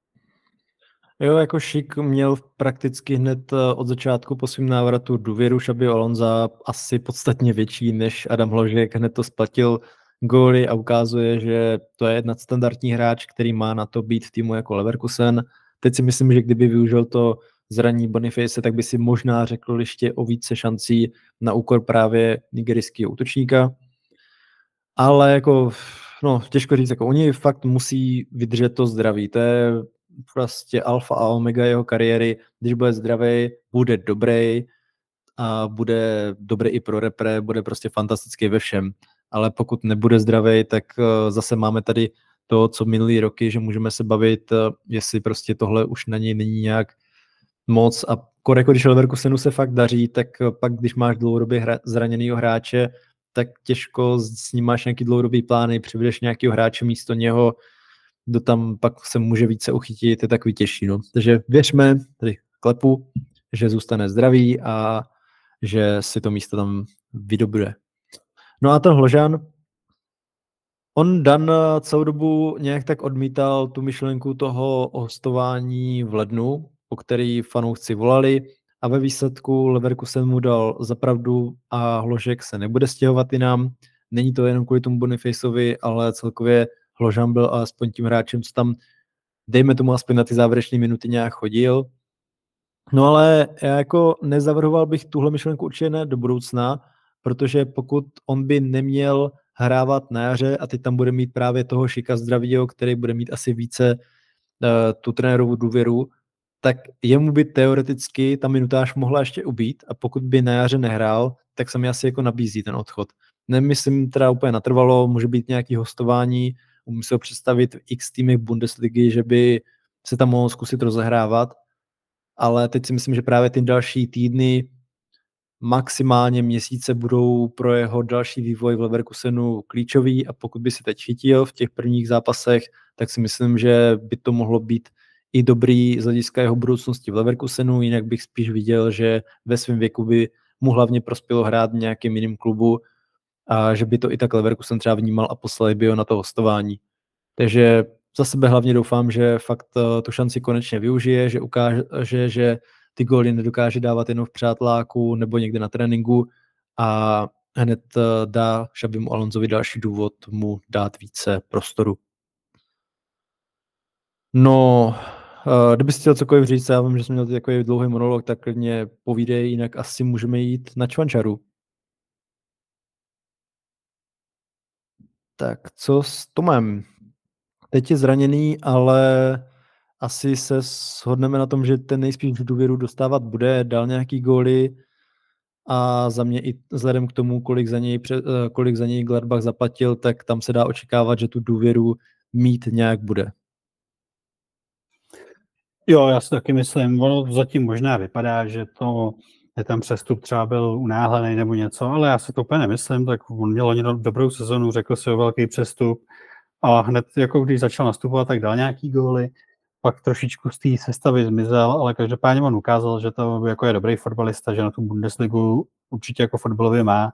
Jo, jako Šik měl prakticky hned od začátku po svým návratu důvěru Xabi Alonza asi podstatně větší než Adam Hložek. Hned to splatil góly a ukazuje, že to je nadstandardní hráč, který má na to být v týmu jako Leverkusen. Teď si myslím, že kdyby využil to zranění Boniface, tak by si možná řekl ještě o více šancí na úkor právě nigerijského útočníka. Ale jako, no, těžko říct, jako oni fakt musí vydržet to zdraví. To je prostě alfa a omega jeho kariéry. Když bude zdravý, bude dobrý a bude dobrý i pro repre, bude prostě fantastický ve všem. Ale pokud nebude zdravý, tak zase máme tady to, co minulý roky, že můžeme se bavit, jestli prostě tohle už na něj není nějak moc. A jako když Leverkusenu se fakt daří, tak pak, když máš dlouhodobě hra, zraněnýho hráče, tak těžko s ním máš nějaký dlouhodobý plány, přivedeš nějakého hráče místo něho, kdo tam pak se může více uchytit, je takový těžší. No. Takže věřme, tady klepu, že zůstane zdravý a že si to místo tam vydobuje. No a ten Hložan, on Dan celou dobu nějak tak odmítal tu myšlenku toho hostování v lednu, po který fanoušci volali a ve výsledku Leverkusen mu dal za pravdu a Hložek se nebude stěhovat jinam. Není to jenom kvůli tomu Bonifaceovi, ale celkově Hložan byl alespoň tím hráčem, co tam, dejme tomu aspoň na ty závěrečné minuty nějak chodil. No ale já jako nezavrhoval bych tuhle myšlenku určitě ne do budoucna, protože pokud on by neměl hrávat na jaře a teď tam bude mít právě toho Šika zdravýho, který bude mít asi více uh, tu trenérovu důvěru, tak jemu by teoreticky ta minutáž mohla ještě ubít a pokud by na jaře nehrál, tak se mi asi jako nabízí ten odchod. Nemyslím teda úplně natrvalo, může být nějaký hostování, umím si ho představit v x týmech Bundesligy, že by se tam mohl zkusit rozehrávat, ale teď si myslím, že právě ty další týdny, maximálně měsíce budou pro jeho další vývoj v Leverkusenu klíčový a pokud by se teď chytil v těch prvních zápasech, tak si myslím, že by to mohlo být i dobrý z hlediska jeho budoucnosti v Leverkusenu, jinak bych spíš viděl, že ve svém věku by mu hlavně prospělo hrát v nějakém jiném klubu a že by to i tak Leverkusen třeba vnímal a poslali by ho na to hostování. Takže za sebe hlavně doufám, že fakt tu šanci konečně využije, že ukáže, že, že ty góly nedokáže dávat jenom v přátláku nebo někde na tréninku a hned dá Xabimu Alonsovi další důvod mu dát více prostoru. No, kdyby chtěl cokoliv říct, já vím, že jsme měli takový dlouhý monolog, tak klidně povídej, jinak asi můžeme jít na Čvančaru. Tak co s Tomem? Teď je zraněný, ale asi se shodneme na tom, že ten nejspíš v důvěru dostávat bude, dal nějaký góly a za mě i vzhledem k tomu, kolik za něj, kolik za něj Gladbach zaplatil, tak tam se dá očekávat, že tu důvěru mít nějak bude. Jo, já si taky myslím, ono zatím možná vypadá, že to je ten přestup třeba byl unáhlený nebo něco, ale já si to úplně nemyslím, tak on měl ani dobrou sezonu, řekl si o velký přestup a hned, jako když začal nastupovat, tak dal nějaký góly, pak trošičku z té sestavy zmizel, ale každopádně on ukázal, že to jako je dobrý fotbalista, že na tu Bundesligu určitě jako fotbalově má.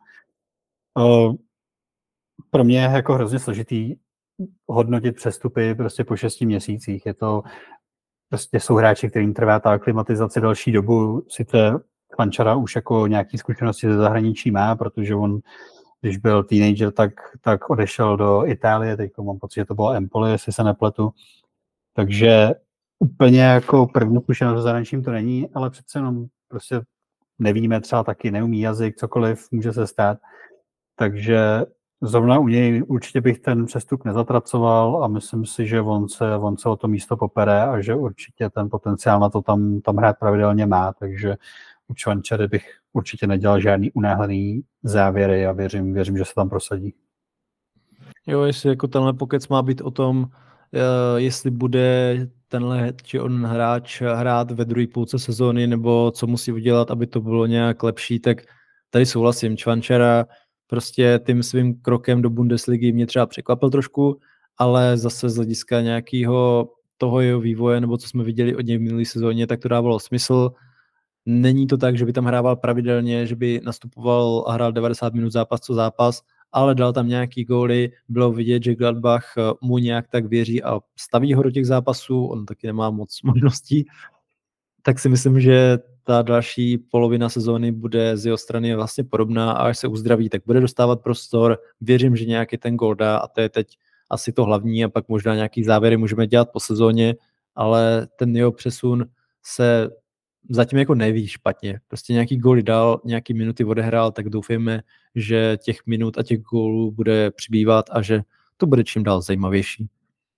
Pro mě je jako hrozně složitý hodnotit přestupy prostě po šesti měsících. Je to prostě jsou hráči, kterým trvá ta aklimatizace další dobu. Sice Čvančara už jako nějaký zkušenosti ze zahraničí má, protože on, když byl teenager, tak, tak odešel do Itálie, teď mám pocit, že to bylo Empoli, jestli se nepletu. Takže úplně jako první zkušenost ze zahraničím to není, ale přece jenom prostě nevíme, třeba taky neumí jazyk, cokoliv může se stát. Takže zrovna u něj určitě bych ten přestup nezatracoval a myslím si, že on se, on se o to místo popere a že určitě ten potenciál na to tam, tam hrát pravidelně má, takže u Čvančary bych určitě nedělal žádný unáhlený závěry a věřím, věřím, že se tam prosadí. Jo, jestli jako tenhle pokec má být o tom, jestli bude tenhle či on hráč hrát ve druhé půlce sezóny nebo co musí udělat, aby to bylo nějak lepší, tak tady souhlasím. Čvančara prostě tím svým krokem do Bundesligy mě třeba překvapil trošku, ale zase z hlediska nějakého toho jeho vývoje, nebo co jsme viděli od něj v minulé sezóně, tak to dávalo smysl. Není to tak, že by tam hrával pravidelně, že by nastupoval a hrál devadesát minut zápas co zápas, ale dal tam nějaký góly, bylo vidět, že Gladbach mu nějak tak věří a staví ho do těch zápasů, on taky nemá moc možností, tak si myslím, že ta další polovina sezóny bude z jeho strany vlastně podobná a až se uzdraví, tak bude dostávat prostor. Věřím, že nějaký ten gól dá a to je teď asi to hlavní a pak možná nějaký závěry můžeme dělat po sezóně, ale ten jeho přesun se zatím jako neví špatně. Prostě nějaký góly dal, nějaký minuty odehrál, tak doufejme, že těch minut a těch gólů bude přibývat a že to bude čím dál zajímavější.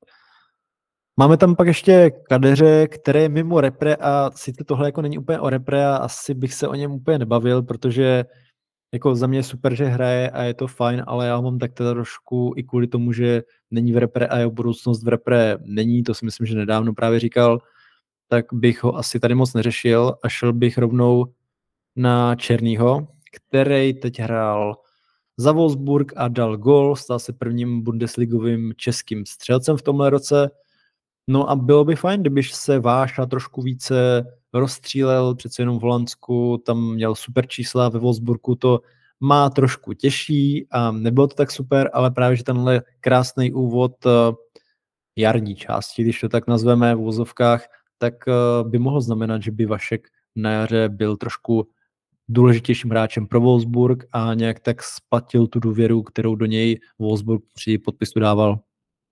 Máme tam pak ještě Kadeře, který je mimo repre a sice tohle jako není úplně o repre a asi bych se o něm úplně nebavil, protože jako za mě je super, že hraje a je to fajn, ale já mám tak teda trošku i kvůli tomu, že není v repre a jeho budoucnost v repre není, to si myslím, že nedávno právě říkal, tak bych ho asi tady moc neřešil a šel bych rovnou na Černýho, který teď hrál za Wolfsburg a dal gól, stal se prvním bundesligovým českým střelcem v tomhle roce. No a bylo by fajn, kdyby se Váša trošku více rozstřílel, přece jenom v Holandsku, tam měl super čísla, ve Wolfsburgu to má trošku těžší a nebylo to tak super, ale právě, že tenhle krásný úvod jarní části, když to tak nazveme v vozovkách, tak by mohlo znamenat, že by Vašek na jaře byl trošku důležitějším hráčem pro Wolfsburg a nějak tak splatil tu důvěru, kterou do něj Wolfsburg při podpisu dával.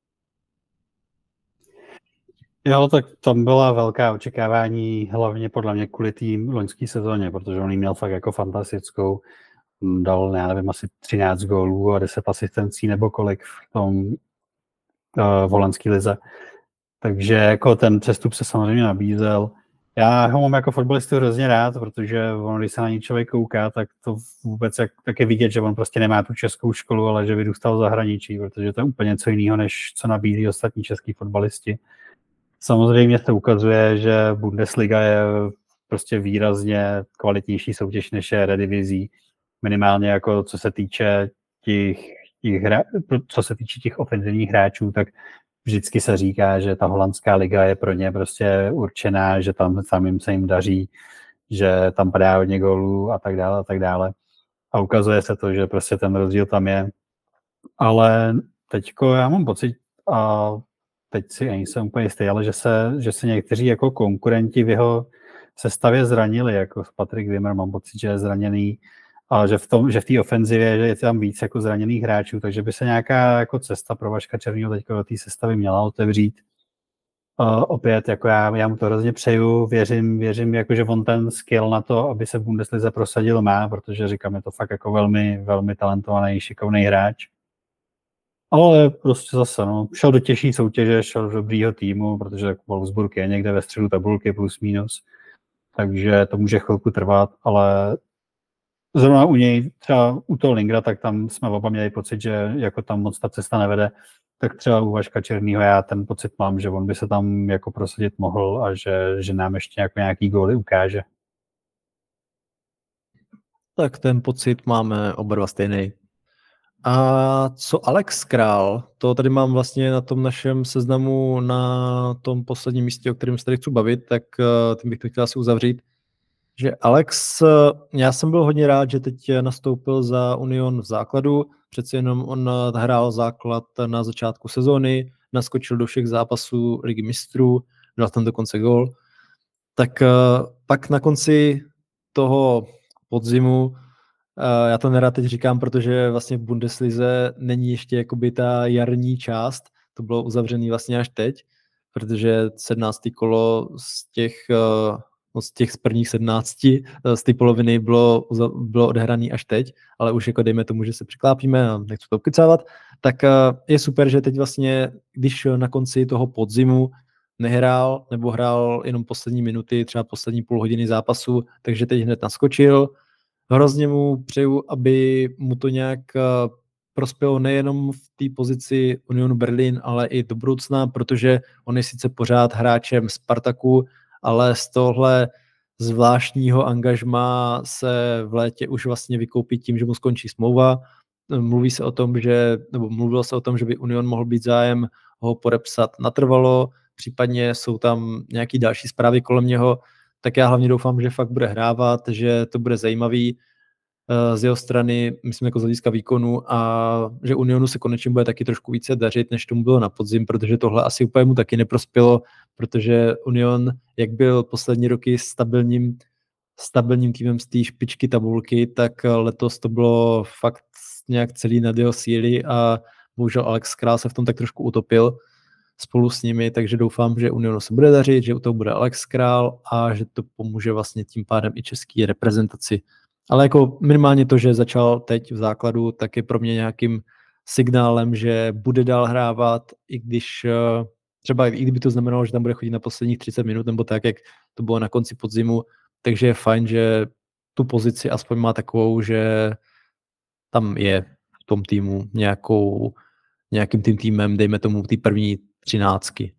Jo, tak tam byla velká očekávání, hlavně podle mě kvůli tým loňský sezóně, protože on jí měl fakt jako fantastickou. Dal, já nevím, asi třináct gólů a deset asistencí nebo kolik v tom uh, volanský lize. Takže jako ten přestup se samozřejmě nabízel. Já ho mám jako fotbalistu hrozně rád, protože on, když se na něj člověk kouká, tak to vůbec jak, tak je vidět, že on prostě nemá tu českou školu, ale že vyrůstal v zahraničí, protože to je úplně něco jiného, než co nabízí ostatní český fotbalisti. Samozřejmě se ukazuje, že Bundesliga je prostě výrazně kvalitnější soutěž než je Eredivisie. Minimálně jako co se týče těch, těch hra, co se týče těch ofenzivních hráčů, tak vždycky se říká, že ta holandská liga je pro ně prostě určená, že tam samým se jim daří, že tam padá hodně gólů a tak dále a tak dále. a ukazuje se to, že prostě ten rozdíl tam je. Ale teďko já mám pocit, a teď si ani jsem úplně jistý, ale že se, že se někteří jako konkurenti v jeho sestavě zranili, jako Patrick Wimmer, mám pocit, že je zraněný, a že v tom, že v té ofenzivě, že je tam víc jako zraněných hráčů, takže by se nějaká jako cesta pro Vaška Černýho teďko do té sestavy měla otevřít. Uh, opět, jako já, já mu to hrozně přeju, věřím, věřím jako, že on ten skill na to, aby se v Bundeslize prosadil má, protože říkám, je to fakt jako velmi, velmi talentovaný, šikovný hráč. Ale prostě zase, no, šel do těžší soutěže, šel do dobrýho týmu, protože Wolfsburg je někde ve středu tabulky plus minus, takže to může chvilku trvat, ale zrovna u něj, třeba u toho Lingra, tak tam jsme oba měli pocit, že jako tam moc ta cesta nevede, tak třeba u Vaška Černýho já ten pocit mám, že on by se tam jako prosadit mohl a že, že nám ještě jako nějaký góly ukáže. Tak ten pocit máme oba dva stejný. A co Alex Král, to tady mám vlastně na tom našem seznamu na tom posledním místě, o kterém se tady chci bavit, tak tím bych to chtěl asi uzavřít, že Alex, já jsem byl hodně rád, že teď nastoupil za Union v základu, přece jenom on hrál základ na začátku sezóny, naskočil do všech zápasů Ligy mistrů, dal tam dokonce gól, tak pak na konci toho podzimu, já to nerad teď říkám, protože vlastně v Bundeslize není ještě jakoby ta jarní část, to bylo uzavřený vlastně až teď, protože sedmnácté kolo z těch, no z těch z prvních sedmnácti, z té poloviny bylo, bylo odehraný až teď, ale už jako dejme tomu, že se přiklápíme a nechci to obkycávat, tak je super, že teď vlastně, když na konci toho podzimu nehrál nebo hrál jenom poslední minuty, třeba poslední půl hodiny zápasu, takže teď hned naskočil. Hrozně mu přeju, aby mu to nějak prospělo nejenom v té pozici Unionu Berlin, ale i do budoucna, protože on je sice pořád hráčem Spartaku, ale z tohle zvláštního angažmá se v létě už vlastně vykoupí tím, že mu skončí smlouva. Mluví se o tom, že, nebo mluvilo se o tom, že by Union mohl být zájem ho podepsat natrvalo, případně jsou tam nějaký další zprávy kolem něho, tak já hlavně doufám, že fakt bude hrávat, že to bude zajímavý z jeho strany, myslím jako z hlediska výkonu, a že Unionu se konečně bude taky trošku více dařit, než tomu bylo na podzim, protože tohle asi úplně mu taky neprospělo, protože Union, jak byl poslední roky stabilním, stabilním týmem z té špičky tabulky, tak letos to bylo fakt nějak celý nad jeho síly a bohužel Alex Král se v tom tak trošku utopil spolu s nimi, takže doufám, že Unionu se bude dařit, že u toho bude Alex Král a že to pomůže vlastně tím pádem i české reprezentaci. Ale jako minimálně to, že začal teď v základu, tak je pro mě nějakým signálem, že bude dál hrávat, i když třeba i kdyby to znamenalo, že tam bude chodit na posledních třicet minut, nebo tak, jak to bylo na konci podzimu, takže je fajn, že tu pozici aspoň má takovou, že tam je v tom týmu nějakou, nějakým tím týmem, dejme tomu ty první třináctky.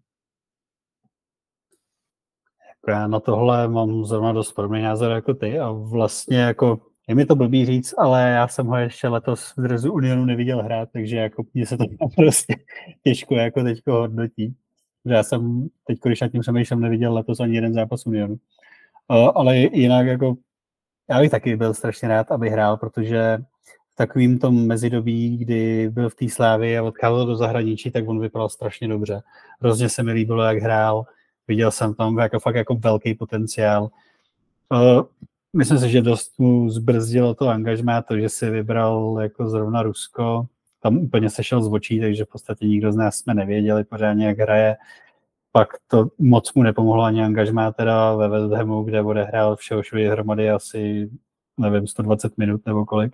Já na tohle mám zrovna dost podobný názor jako ty a vlastně jako, je mi to blbý říct, ale já jsem ho ještě letos v dresu Unionu neviděl hrát, takže jako mně se to prostě těžko jako teďko hodnotí. Já jsem teď, když nad tím přemýšlím, neviděl letos ani jeden zápas Unionu. Uh, ale jinak jako, já bych taky byl strašně rád, aby hrál, protože v takovým tom mezidobí, kdy byl v té Slávii a odcházel do zahraničí, tak on vypadal strašně dobře. Hrozně se mi líbilo, jak hrál. Viděl jsem tam jako fakt jako velký potenciál. Uh, myslím si, že dost mu zbrzdilo to angažmá, to, že si vybral jako zrovna Rusko. Tam úplně sešel z očí, takže v podstatě nikdo z nás jsme nevěděli pořádně, jak hraje. Pak to moc mu nepomohlo ani angažmá teda ve West Hamu, kde odehrál všeho všude hromady asi, nevím, sto dvacet minut nebo kolik.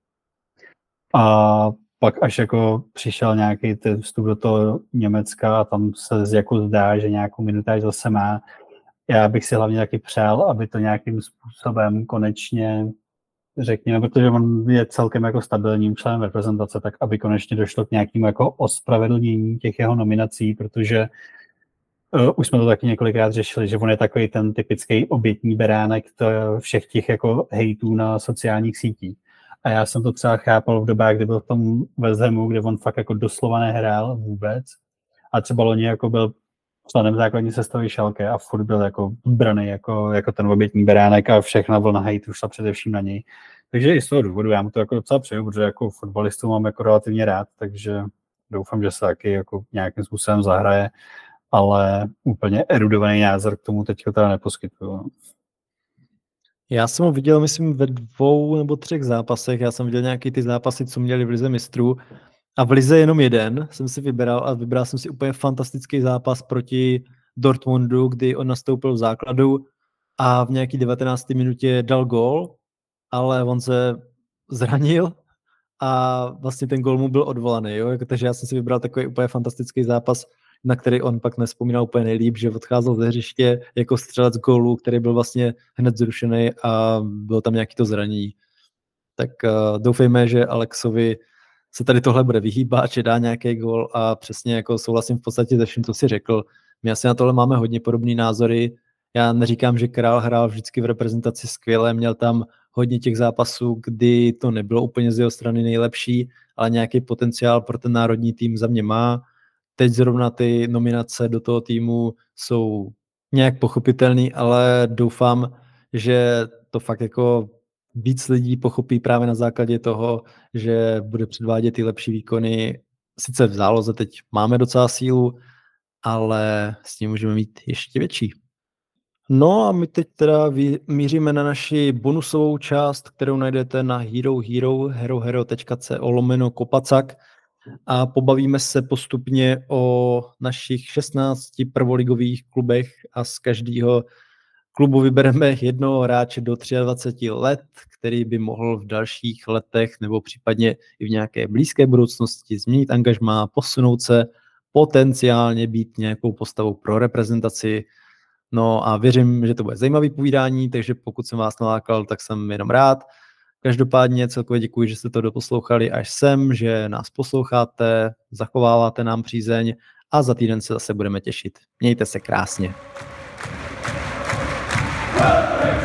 A pak až jako přišel nějaký ten vstup do toho Německa a tam se jako zdá, že nějakou minutáž zase má. Já bych si hlavně taky přál, aby to nějakým způsobem konečně, řekněme, protože on je celkem jako stabilním členem reprezentace, tak aby konečně došlo k nějakému jako ospravedlnění těch jeho nominací, protože uh, už jsme to taky několikrát řešili, že on je takový ten typický obětní beránek všech těch jako hejtů na sociálních sítích. A já jsem to třeba chápal v dobách, kdy byl v tom West Hamu, kde on fakt jako doslova nehrál vůbec. A třeba loni jako byl členem základní sestavy Schalke a furt byl jako braný jako, jako ten obětní beránek a všechna vlna hejtu šla především na něj. Takže i z toho důvodu, já mu to jako docela přeju, protože jako fotbalistu mám jako relativně rád, takže doufám, že se taky jako nějakým způsobem zahraje, ale úplně erudovaný názor k tomu teďka teda neposkytuju. No. Já jsem ho viděl, myslím, ve dvou nebo třech zápasech. Já jsem viděl nějaký ty zápasy, co měli v lize mistrů. A v lize jenom jeden jsem si vybral a vybral jsem si úplně fantastický zápas proti Dortmundu, kdy on nastoupil v základu a v nějaký devatenácté minutě dal gól, ale on se zranil a vlastně ten gól mu byl odvolaný. Jo? Takže já jsem si vybral takový úplně fantastický zápas, na který on pak nespomínal úplně nejlíp, že odcházel ze hřiště jako střelec gólu, který byl vlastně hned zrušený a bylo tam nějaký to zranění. Tak uh, doufejme, že Alexovi se tady tohle bude vyhýbat, že dá nějaký gól a přesně jako souhlasím v podstatě se vším, co si řekl. My asi na tohle máme hodně podobné názory. Já neříkám, že Král hrál vždycky v reprezentaci skvěle, měl tam hodně těch zápasů, kdy to nebylo úplně z jeho strany nejlepší, ale nějaký potenciál pro ten národní tým za mě má. Teď zrovna ty nominace do toho týmu jsou nějak pochopitelný, ale doufám, že to fakt jako víc lidí pochopí právě na základě toho, že bude předvádět ty lepší výkony. Sice v záloze teď máme docela sílu, ale s tím můžeme mít ještě větší. No a my teď teda míříme na naši bonusovou část, kterou najdete na Hero Hero, herohero tečka co lomeno kopacak a pobavíme se postupně o našich šestnácti prvoligových klubech a z každého klubu vybereme jednoho hráče do dvaceti tří let, který by mohl v dalších letech nebo případně i v nějaké blízké budoucnosti změnit angažmá, posunout se, potenciálně být nějakou postavou pro reprezentaci. No a věřím, že to bude zajímavý povídání, takže pokud jsem vás nalákal, tak jsem jenom rád. Každopádně celkově děkuji, že jste to doposlouchali až sem, že nás posloucháte, zachováváte nám přízeň a za týden se zase budeme těšit. Mějte se krásně.